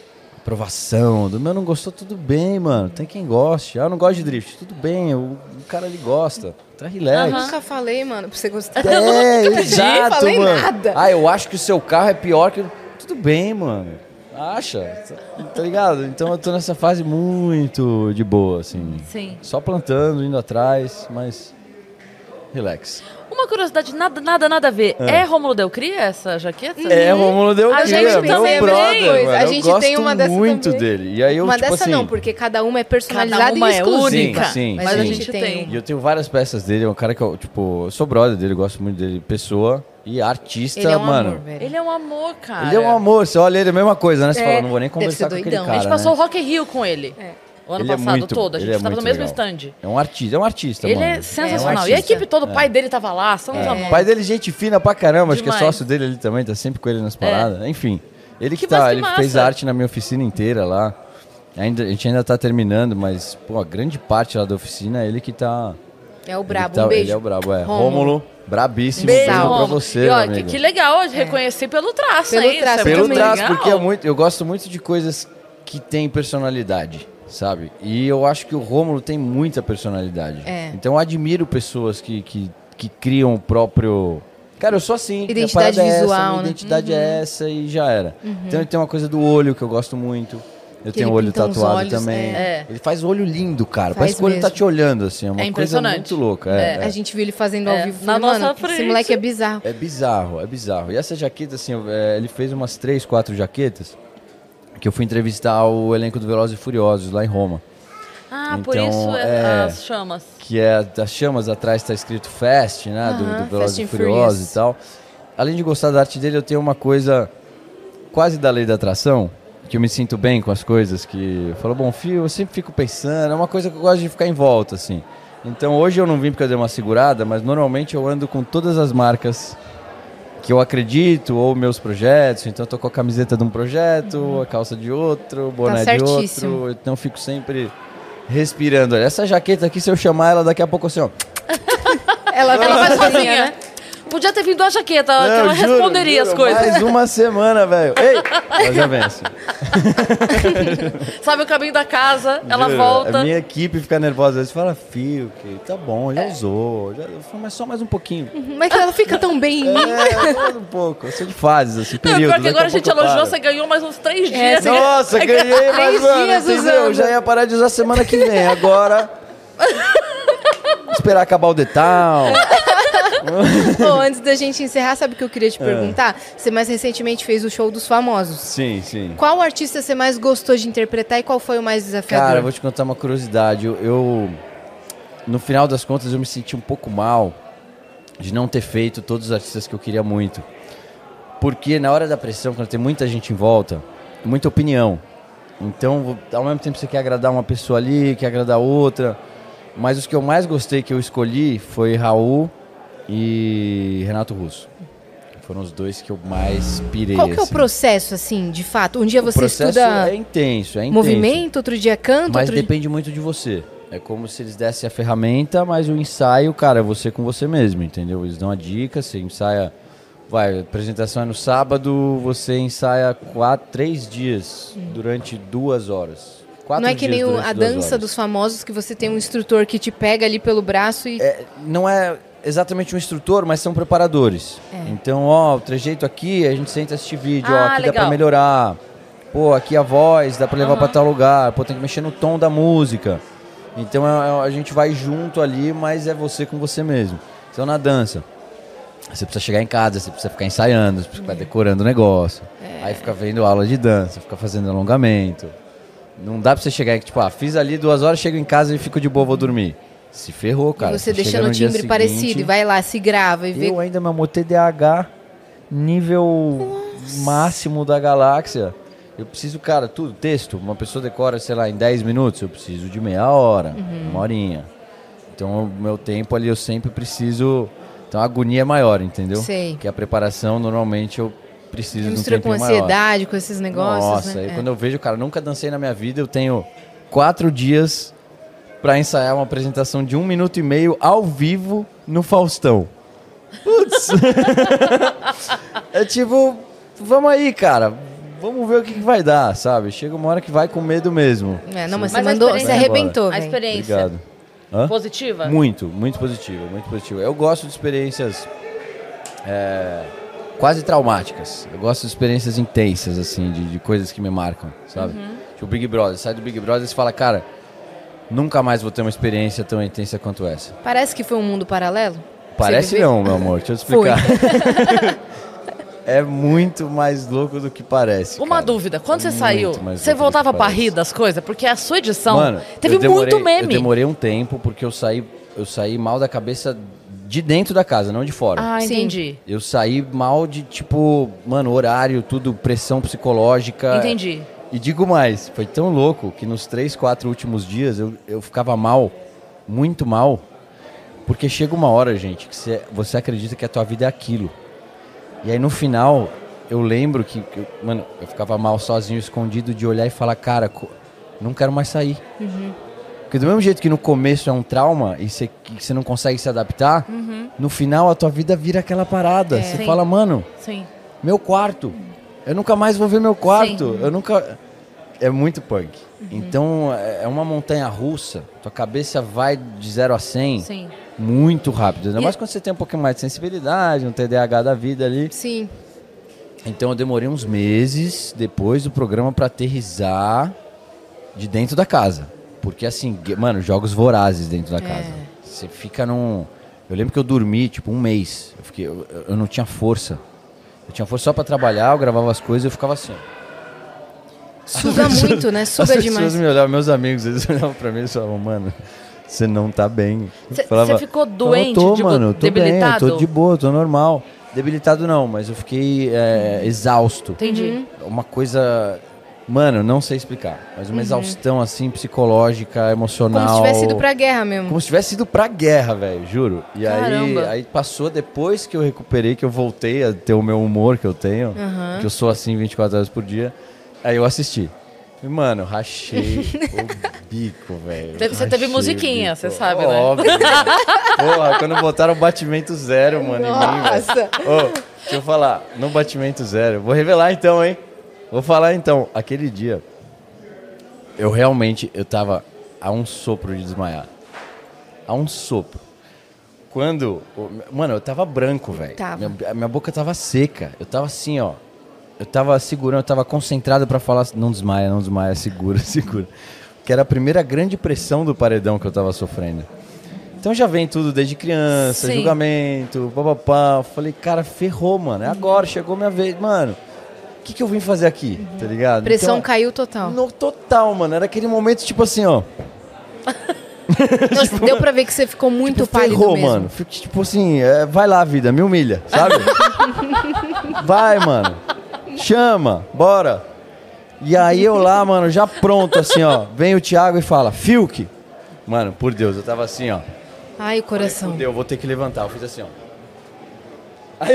aprovação. Do meu não gostou, tudo bem, mano. Tem quem goste. Ah, eu não gosto de drift. Tudo bem, o, o cara ele gosta. Tá relax. Eu nunca falei, mano, pra você gostar. É, Eu nunca exato, falei mano. nada. Ah, eu acho que o seu carro é pior que... Tudo bem, mano. Acha, tá ligado? Então eu tô nessa fase muito de boa, assim. Sim. Só plantando, indo atrás, mas... Relax. Uma curiosidade, nada, nada, nada a ver. É, Rômulo Del Cria essa jaqueta? É, Rômulo Del A Cria, gente meu também, brother, coisa. mano. A Eu gente gosto tem uma dessa muito também. dele. E aí eu, Uma tipo dessa assim... não, porque cada uma é personalizada Cada uma e é exclusiva. única. Sim, sim, Mas sim. a gente tem. E eu tenho várias peças dele, é um cara que eu, tipo, eu sou brother dele, gosto muito dele, pessoa e artista, Ele é um mano. amor, velho. Ele é um amor, cara. Ele é um amor, você olha ele, é a mesma coisa, né? Você É, fala, não vou nem deve conversar ser com aquele doidão. cara, A gente passou né? o Rock in Rio com ele. O ano Ele é passado muito- todo. A ele gente é estava no muito mesmo legal. stand. É um artista, é um artista, Ele mano. é sensacional. É um E a artista. equipe toda, o pai dele tava lá, são uns É. amores. O pai dele, gente fina pra caramba, acho que é Demais. sócio dele ali também, tá sempre com ele nas paradas. Enfim, ele que, Que tá, massa, ele que fez massa. arte na minha oficina inteira lá. Ainda, a gente ainda tá terminando, mas, pô, a grande parte lá da oficina é ele que tá... É o ele brabo, tá- um beijo. Ele é o brabo, é. Rômulo. Rômulo, brabíssimo, Beijo, beijo, pra Rômulo. você, E, ó, amigo. que, que legal hoje reconhecer pelo traço, Pelo é isso, traço é Pelo muito traço, legal. porque é muito, eu gosto muito de coisas que têm personalidade, sabe? E eu acho que o Rômulo tem muita personalidade. É. Então eu admiro pessoas que, que, que criam o próprio... Cara, eu sou assim. minha Identidade parada é essa, visual, minha né? identidade é essa e já era. Então ele tem uma coisa do olho que eu gosto muito. Eu Que tenho ele o olho pinta uns tatuado olhos, também. é. Ele faz o olho lindo, cara. Faz Parece que o olho tá mesmo. te olhando, assim. É uma É coisa impressionante. muito louca. É, é. A gente viu ele fazendo ao É, vivo. na Falei, nossa mano, esse frente. moleque é bizarro. É bizarro, é bizarro. E essa jaqueta, assim, eu- é, ele fez umas três, quatro jaquetas que eu fui entrevistar o elenco do Velozes e Furiosos lá em Roma. Ah, por Então, isso é, é- as chamas. Que é das chamas atrás está escrito Fast, né? do, Aham, do Velozes Fast e and Furiosos Furious. e tal. Além de gostar da arte dele, eu tenho uma coisa quase da lei da atração, que eu me sinto bem com as coisas, que eu falo, bom, filho, eu sempre fico pensando, é uma coisa que eu gosto de ficar em volta, assim. Então hoje eu não vim porque eu dei uma segurada, mas normalmente eu ando com todas as marcas que eu acredito, ou meus projetos, então eu tô com a camiseta de um projeto, a calça de outro, o boné de certíssimo. outro, então eu fico sempre respirando. Olha, essa jaqueta aqui, se eu chamar ela daqui a pouco assim, ó... Ela Ela fez vai sozinha, sozinha. né? Podia ter vindo a jaqueta, que Não, ela juro, responderia juro, as coisas. Mais uma semana, velho. Ei! Ela já vence. Sabe o caminho da casa, ela Juro, volta. A minha equipe fica nervosa. Às vezes fala, fio, que tá bom, já usou. Já... Eu falo, mas só mais um pouquinho. Mas ela fica tão bem em mim. É, mais um pouco. Eu sou de fases, assim, Não, período. pior que daqui agora a pouco gente eu elogiou, paro. você ganhou mais uns três É, dias. você- Nossa, ganhei, mas, Três mano, dias entendeu? usando. Já ia parar de usar semana que vem. Agora... Esperar acabar o detal. Ô, antes da gente encerrar, sabe o que eu queria te perguntar? Você mais recentemente fez o show dos famosos. Sim, sim. Qual artista você mais gostou de interpretar e qual foi o mais desafiador? Cara, eu vou te contar uma curiosidade. Eu, eu, no final das contas, eu me senti um pouco mal de não ter feito todos os artistas que eu queria muito. Porque na hora da pressão, quando tem muita gente em volta, muita opinião. Então, ao mesmo tempo você quer agradar uma pessoa ali, quer agradar outra. Mas os que eu mais gostei, que eu escolhi, foi Raul e Renato Russo. Foram os dois que eu mais pirei. Qual que é o assim. processo, assim, de fato? Um dia O você processo estuda é intenso, é intenso. movimento, outro dia canta, Mas outro dia... depende muito de você. É como se eles dessem a ferramenta, mas o ensaio, cara, é você com você mesmo, entendeu? Eles dão a dica, você ensaia... Vai, a apresentação é no sábado, você ensaia quatro, três dias durante duas horas. Quatro Não é que dias nem o- durante a duas dança horas. dos famosos, que você tem um instrutor que te pega ali pelo braço e... É, não é exatamente um instrutor, mas são preparadores. É. Então, ó, o trejeito aqui, a gente senta assistir vídeo, ó, Ah, aqui dá legal. pra melhorar. Pô, aqui a voz, dá pra levar pra tal lugar. Pô, tem que mexer no tom da música. Então é- é- a gente vai junto ali, mas é você com você mesmo. Então na dança, você precisa chegar em casa, você precisa ficar ensaiando, você precisa ficar decorando o negócio. Aí fica vendo aula de dança, fica fazendo alongamento. Não dá pra você chegar e tipo, ah, fiz ali duas horas, chego em casa e fico de boa, vou dormir. Se ferrou, cara. e você deixa chega no dia timbre seguinte, parecido e vai lá, se grava e vê... Eu ainda, meu amor, T D A H nível máximo da galáxia. Eu preciso, cara, tudo, texto. Uma pessoa decora, sei lá, em dez minutos, eu preciso de meia hora, Uhum. uma horinha. Então, o meu tempo ali eu sempre preciso... Então, a agonia é maior, entendeu? Sei. Porque a preparação, normalmente, eu preciso de um Mistura tempinho com maior. ansiedade, com esses negócios, Nossa, né? aí É. quando eu vejo, cara, nunca dancei na minha vida, eu tenho quatro dias pra ensaiar uma apresentação de um minuto e meio ao vivo no Faustão. Putz! É tipo, vamos aí, cara, vamos ver o que, que vai dar, sabe? Chega uma hora que vai com medo mesmo. É, não, mas Mas você a mandou, experiência- você arrebentou, A velho. experiência Obrigado. Hã? positiva? Muito, muito positivo, muito positivo. Eu gosto de experiências é, quase traumáticas. Eu gosto de experiências intensas, assim, de, de coisas que me marcam, sabe? Uhum. Tipo Big Brother, sai do Big Brother e você fala, cara, nunca mais vou ter uma experiência tão intensa quanto essa. Parece que foi um mundo paralelo? Parece Você viveu? não, meu amor, deixa eu te Foi. explicar. É muito mais louco do que parece. Uma cara. dúvida, quando você Muito saiu, mais você louco do voltava que pra parece. rir das coisas? Porque a sua edição Mano, teve eu demorei- muito meme. Eu demorei um tempo porque eu saí, eu saí mal da cabeça de dentro da casa, não de fora. Ah, Sim. entendi. Eu saí mal de, tipo, mano, horário, tudo, pressão psicológica. Entendi. E digo mais, foi tão louco que nos três, quatro últimos dias eu, eu ficava mal, muito mal, porque chega uma hora, gente, que você, você acredita que a tua vida é aquilo. E aí no final, eu lembro que, que eu- mano, eu ficava mal sozinho, escondido, de olhar e falar, cara, co- não quero mais sair. Uhum. Porque do mesmo jeito que no começo é um trauma e você, que você não consegue se adaptar, Uhum. no final a tua vida vira aquela parada. É. Você Sim. fala, mano, Sim. meu quarto. Eu nunca mais vou ver meu quarto. Eu nunca. É muito punk. Então é é uma montanha russa. Tua cabeça vai de zero a cem Sim. muito rápido. Ainda E- mais quando você tem um pouquinho mais de sensibilidade, um T D A H da vida ali. Sim. Então eu demorei uns meses depois do programa pra aterrissar de dentro da casa. Porque assim, gue- mano, jogos vorazes dentro da casa. Você fica num. Eu lembro que eu dormi tipo um mês. Eu, fiquei, eu, eu não tinha força. Eu tinha força só pra trabalhar, eu gravava as coisas e eu ficava assim. ó. Suga muito, né? Suga As pessoas demais. me olhavam, meus amigos, eles olhavam pra mim e falavam, mano, você não tá bem. Cê- Eu falava, cê ficou "Não, doente, Eu tô, tipo, mano, eu tô debilitado? bem, eu tô de boa, eu tô normal. Debilitado não, mas eu fiquei é, exausto. Entendi. Uma coisa, mano, não sei explicar, mas uma Uhum. exaustão assim, psicológica, emocional. Como se tivesse ido pra guerra mesmo. Como se tivesse ido pra guerra, velho, juro. E aí, Caramba. aí passou depois que eu recuperei, que eu voltei a ter o meu humor que eu tenho, Aham. que eu sou assim vinte e quatro horas por dia. Aí eu assisti. E, mano, rachei o bico, velho. Teve- Você teve Rachei o musiquinha, bico. você sabe, né? Óbvio. Porra, quando botaram o batimento zero, mano, em mim, Nossa. velho. Ô, deixa eu falar, no batimento zero. Vou revelar então, hein? Vou falar então. Aquele dia, eu realmente, eu tava a um sopro de desmaiar. A um sopro. Quando, mano, eu tava branco, velho. Tava. Minha, minha boca tava seca. Eu tava assim, ó. Eu tava segurando, eu tava concentrado pra falar, não desmaia, não desmaia, segura, segura. Que era a primeira grande pressão do paredão que eu tava sofrendo. Então já vem tudo desde criança, Sim. julgamento, papapá. Falei, cara, ferrou, mano. É agora, chegou minha vez. Mano, o que, que eu vim fazer aqui? Tá ligado? Pressão Então, caiu total. no total, mano. Era aquele momento, tipo assim, ó. Nossa, deu pra ver que você ficou muito pálido Ferrou, mesmo. mano. Fico, tipo assim, é, vai lá, vida, me humilha, sabe? Vai, mano. Chama, bora. E aí eu lá, mano, já pronto, assim, ó. Vem o Thiago e fala, Fiuk. Mano, por Deus, eu tava assim, ó. Ai, coração. Fudeu, eu vou ter que levantar. Eu fiz assim, ó. Aí,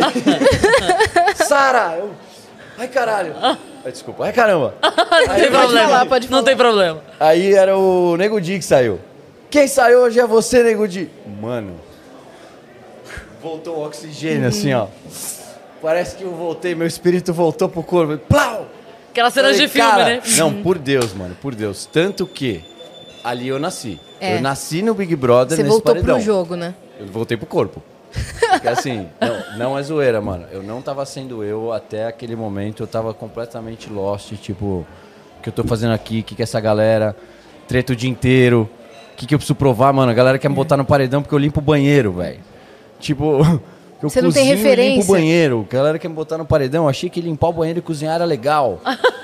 Sara! Eu... Ai, caralho. Ai, desculpa. Ai, caramba. Não tem Aí, problema. falar, pode Não falar. tem problema. Aí era o Nego Di que saiu. Quem saiu hoje é você, Nego Di. Mano, voltou o oxigênio, assim, ó. Parece que eu voltei, meu espírito voltou pro corpo. Plau! Aquelas cenas Falei, de filme, cara, né? Não, por Deus, mano, por Deus. Tanto que ali eu nasci. É. Eu nasci no Big Brother Você nesse voltou paredão. pro jogo, né? Eu voltei pro corpo. Porque assim, não, não é zoeira, mano. Eu não tava sendo eu até aquele momento. Eu tava completamente lost, tipo... O que eu tô fazendo aqui? O que que é essa galera? Treta o dia inteiro. O que que eu preciso provar, mano? A galera quer me botar no paredão porque eu limpo o banheiro, velho. Tipo... Eu Você não tem cozinho e referência. limpo o banheiro. A galera quer me botar no paredão. Achei que limpar o banheiro e cozinhar era legal.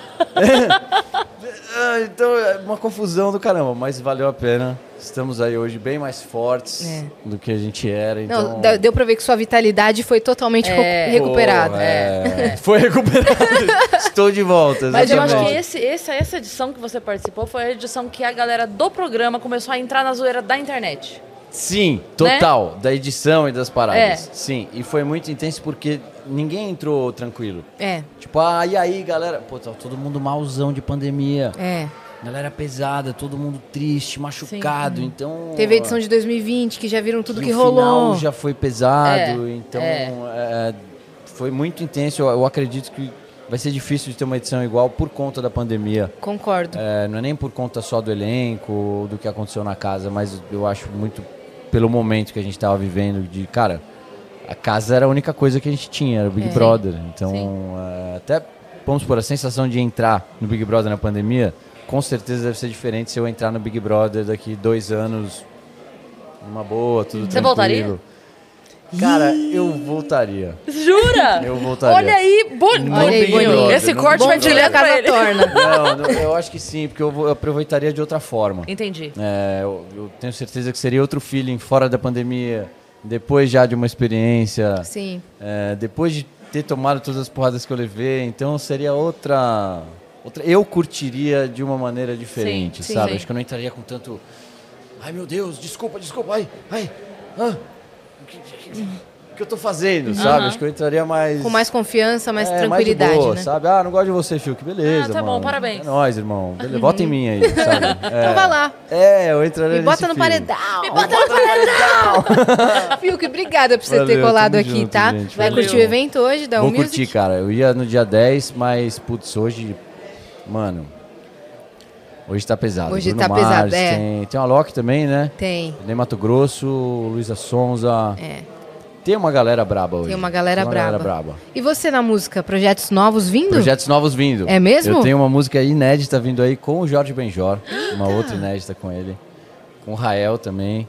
é. Então, é uma confusão do caramba. Mas valeu a pena. Estamos aí hoje bem mais fortes É. do que a gente era. Então... Não, deu- deu pra ver que sua vitalidade foi totalmente É. recu- recuperada. Pô, é. Foi recuperado. Estou de volta. Mas eu acho que exatamente. esse, esse, essa edição que você participou foi a edição que a galera do programa começou a entrar na zoeira da internet. Sim, total. Da edição e das paradas. É. Sim, e foi muito intenso porque ninguém entrou tranquilo. É, Tipo, ah, e aí, galera? Pô, tá todo mundo malzão de pandemia. é. Galera pesada, todo mundo triste, machucado. Então. Teve a edição de dois mil e vinte que já viram tudo e que o rolou. final já foi pesado. É, Então, é. é, foi muito intenso. Eu, eu acredito que vai ser difícil de ter uma edição igual por conta da pandemia. Concordo. É, não é nem por conta só do elenco ou do que aconteceu na casa, mas eu acho muito pelo momento que a gente estava vivendo de, cara, a casa era a única coisa que a gente tinha, era o Big É. Brother. Então, Sim. é, até, vamos por a sensação de entrar no Big Brother na pandemia, com certeza deve ser diferente se eu entrar no Big Brother daqui dois anos, numa boa, tudo Você tranquilo. voltaria? Cara, eu voltaria. Jura? Eu voltaria. Olha aí, bo... No Olha aí, Big Boninho. Brother, Esse no corte Big vai Brother. direto pra ele. torna. Não, não, eu acho que sim, porque eu, vou- eu aproveitaria de outra forma. Entendi. É, eu, eu tenho certeza que seria outro feeling fora da pandemia, depois já de uma experiência, Sim. é, depois de ter tomado todas as porradas que eu levei, então seria outra, outra eu curtiria de uma maneira diferente, Sim, sabe? sim. Acho que eu não entraria com tanto, ai meu Deus, desculpa, desculpa, ai, ai, ah, o que, que- o que eu tô fazendo, sabe? Aham. Acho que eu entraria mais... Com mais confiança, mais é, tranquilidade, mais de boa, né? sabe? Ah, não gosto de você, Phil, que beleza, Ah, tá bom, mano. parabéns. É nóis, irmão. Beleza, vota em mim aí, sabe? É. Então vai lá. É, eu entraria Me bota nesse no feeling. paredão. Me bota no paredão. Fiuk, obrigada por você ter Valeu, colado tamo aqui, junto, tá? gente, Vai valeu. curtir o evento hoje da Vou Music? curtir, cara. Eu ia no dia dez, mas, putz, hoje... Mano... Hoje tá pesado. Hoje Bruno tá pesado, Mars, é. Tem, tem o Alok também, né? Tem. Ney Mato Grosso, Luísa Sonza. É. Tem uma galera braba hoje. Tem uma galera Tem uma braba. galera braba. E você na música? Projetos novos vindo? Projetos novos vindo. É mesmo? Eu tenho uma música inédita vindo aí com o Jorge Benjor. Uma outra inédita com ele. Com o Rael também.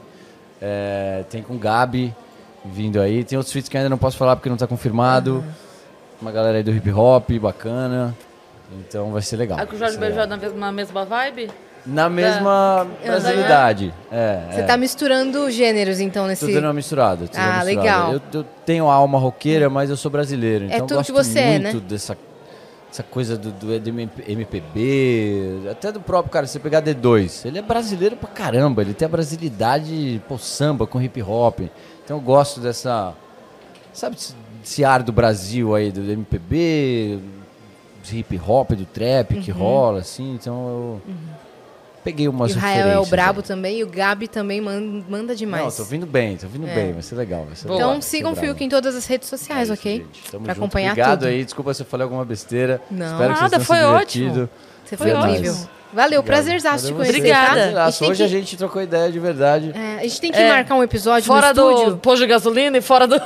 É, tem com o Gabi vindo aí. Tem outros feats que ainda não posso falar porque não tá confirmado. Uma galera aí do hip hop, bacana. Então vai ser legal. Aí com o vai Jorge ser legal. Benjor na mes- na mesma vibe? Na mesma É. brasilidade. É, Você é. tá misturando gêneros, então, nesse... Tô dando uma misturada. tô dando Ah, uma misturada. legal. Eu, eu tenho a alma roqueira, mas eu sou brasileiro. Então É eu tudo gosto que você é, muito né? dessa essa coisa do, do, do M P B, até do próprio, cara, se você pegar D dois, ele é brasileiro pra caramba, ele tem a brasilidade, pô, samba com hip hop. Então eu gosto dessa, sabe, desse ar do Brasil aí, do M P B, do hip hop, do trap que Uhum. rola, assim. Então eu peguei umas E o Rael é o referências brabo aí. também e o Gabi também man- manda demais. Não, tô vindo bem, tô vindo É. bem, vai ser legal. Vai ser Então legal, vai sigam o ser bravo. Fiuk em todas as redes sociais, É isso, ok? gente. Tamo Pra junto. acompanhar Obrigado tudo. aí, desculpa se eu falei alguma besteira. Não. Espero que Nada, vocês foi tenham se ótimo. divertido. Você foi É nóis. incrível. Valeu, Obrigado. prazerzaço te Valeu conhecer, vocês. Obrigada. tá? Prazerzaço. tem Hoje a que- gente trocou ideia de verdade. É, a gente tem que É. marcar um episódio Fora no estúdio. do posto de gasolina e fora do...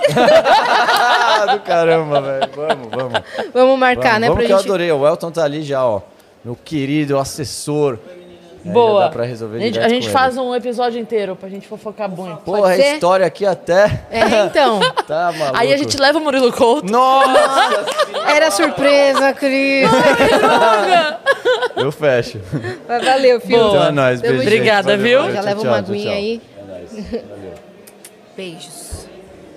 Ah, do caramba, velho. Vamos, vamos. Vamos marcar, vamos, né? vamos pra que eu gente... adorei. O Elton tá ali já, ó. Meu querido assessor. É, já Boa. dá pra resolver a gente, direto a gente com faz ele. um episódio inteiro pra gente fofocar muito. Porra, Pode a ser? história aqui até... É, então. Tá maluco. Aí a gente leva o Murilo Couto. Nossa! Era surpresa, Cris. Eu fecho. Mas valeu, Fiuk. Então é nóis, Tamo beijo. junto. gente. Obrigada, Valeu, viu? valeu. Já Tchau, leva tchau, uma tchau, aguinha tchau. aí. É nóis. Valeu. Beijos.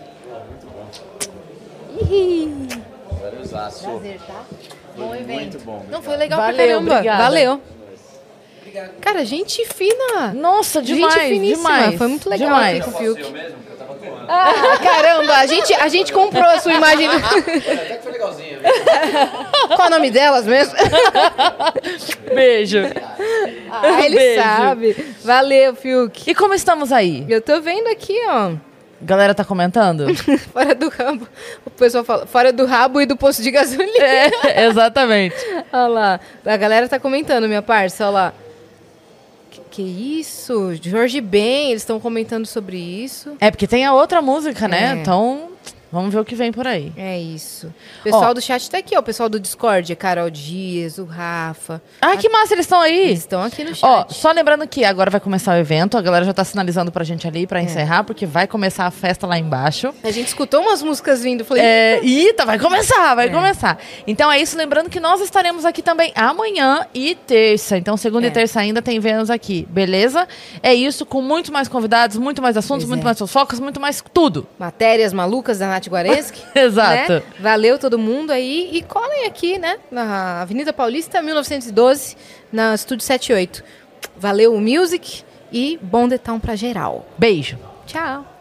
Ih, Valeuzaço. prazer, tá? Bom evento. Muito bom. Não, foi legal Valeu, pra caramba. obrigada. Valeu. Cara, gente fina. Nossa, demais, gente finíssima. demais. Foi muito legal Demais. aqui com o Fiuk. Ah, caramba, a gente, a gente comprou a sua imagem. Do... Até que foi legalzinho. Qual é o nome delas mesmo? Beijo. Ah, ele Beijo. sabe. Valeu, Fiuk. E como estamos aí? Eu tô vendo aqui, ó. Galera tá comentando? Fora do rabo. O pessoal fala, fora do rabo e do posto de gasolina. É, exatamente. Olha lá. A galera tá comentando, minha parça, olha lá. Que, que isso? Jorge Ben, eles estão comentando sobre isso. É, porque tem a outra música, né? É. Então, vamos ver o que vem por aí. É isso. O pessoal Ó. do chat tá aqui, ó. O pessoal do Discord, a Carol Dias, o Rafa. Ah, que massa, eles estão aí. Eles estão aqui no chat. Ó, só lembrando que agora vai começar o evento, a galera já tá sinalizando pra gente ali pra encerrar, porque vai começar a festa lá embaixo. A gente escutou umas músicas vindo, falei... É, eita, vai começar, vai começar. Então é isso, lembrando que nós estaremos aqui também amanhã e terça. Então segunda É. e terça ainda tem Vênus aqui, beleza? É isso, com muito mais convidados, muito mais assuntos, Pois muito é. mais fofocas, muito mais tudo. Matérias malucas da Nath Guareschi. Exato. Né? Valeu todo mundo aí. E colhem aqui, né? Na Avenida Paulista, mil novecentos e doze, na Estúdio setenta e oito. Valeu o Music e bom detão pra geral. Beijo. Tchau.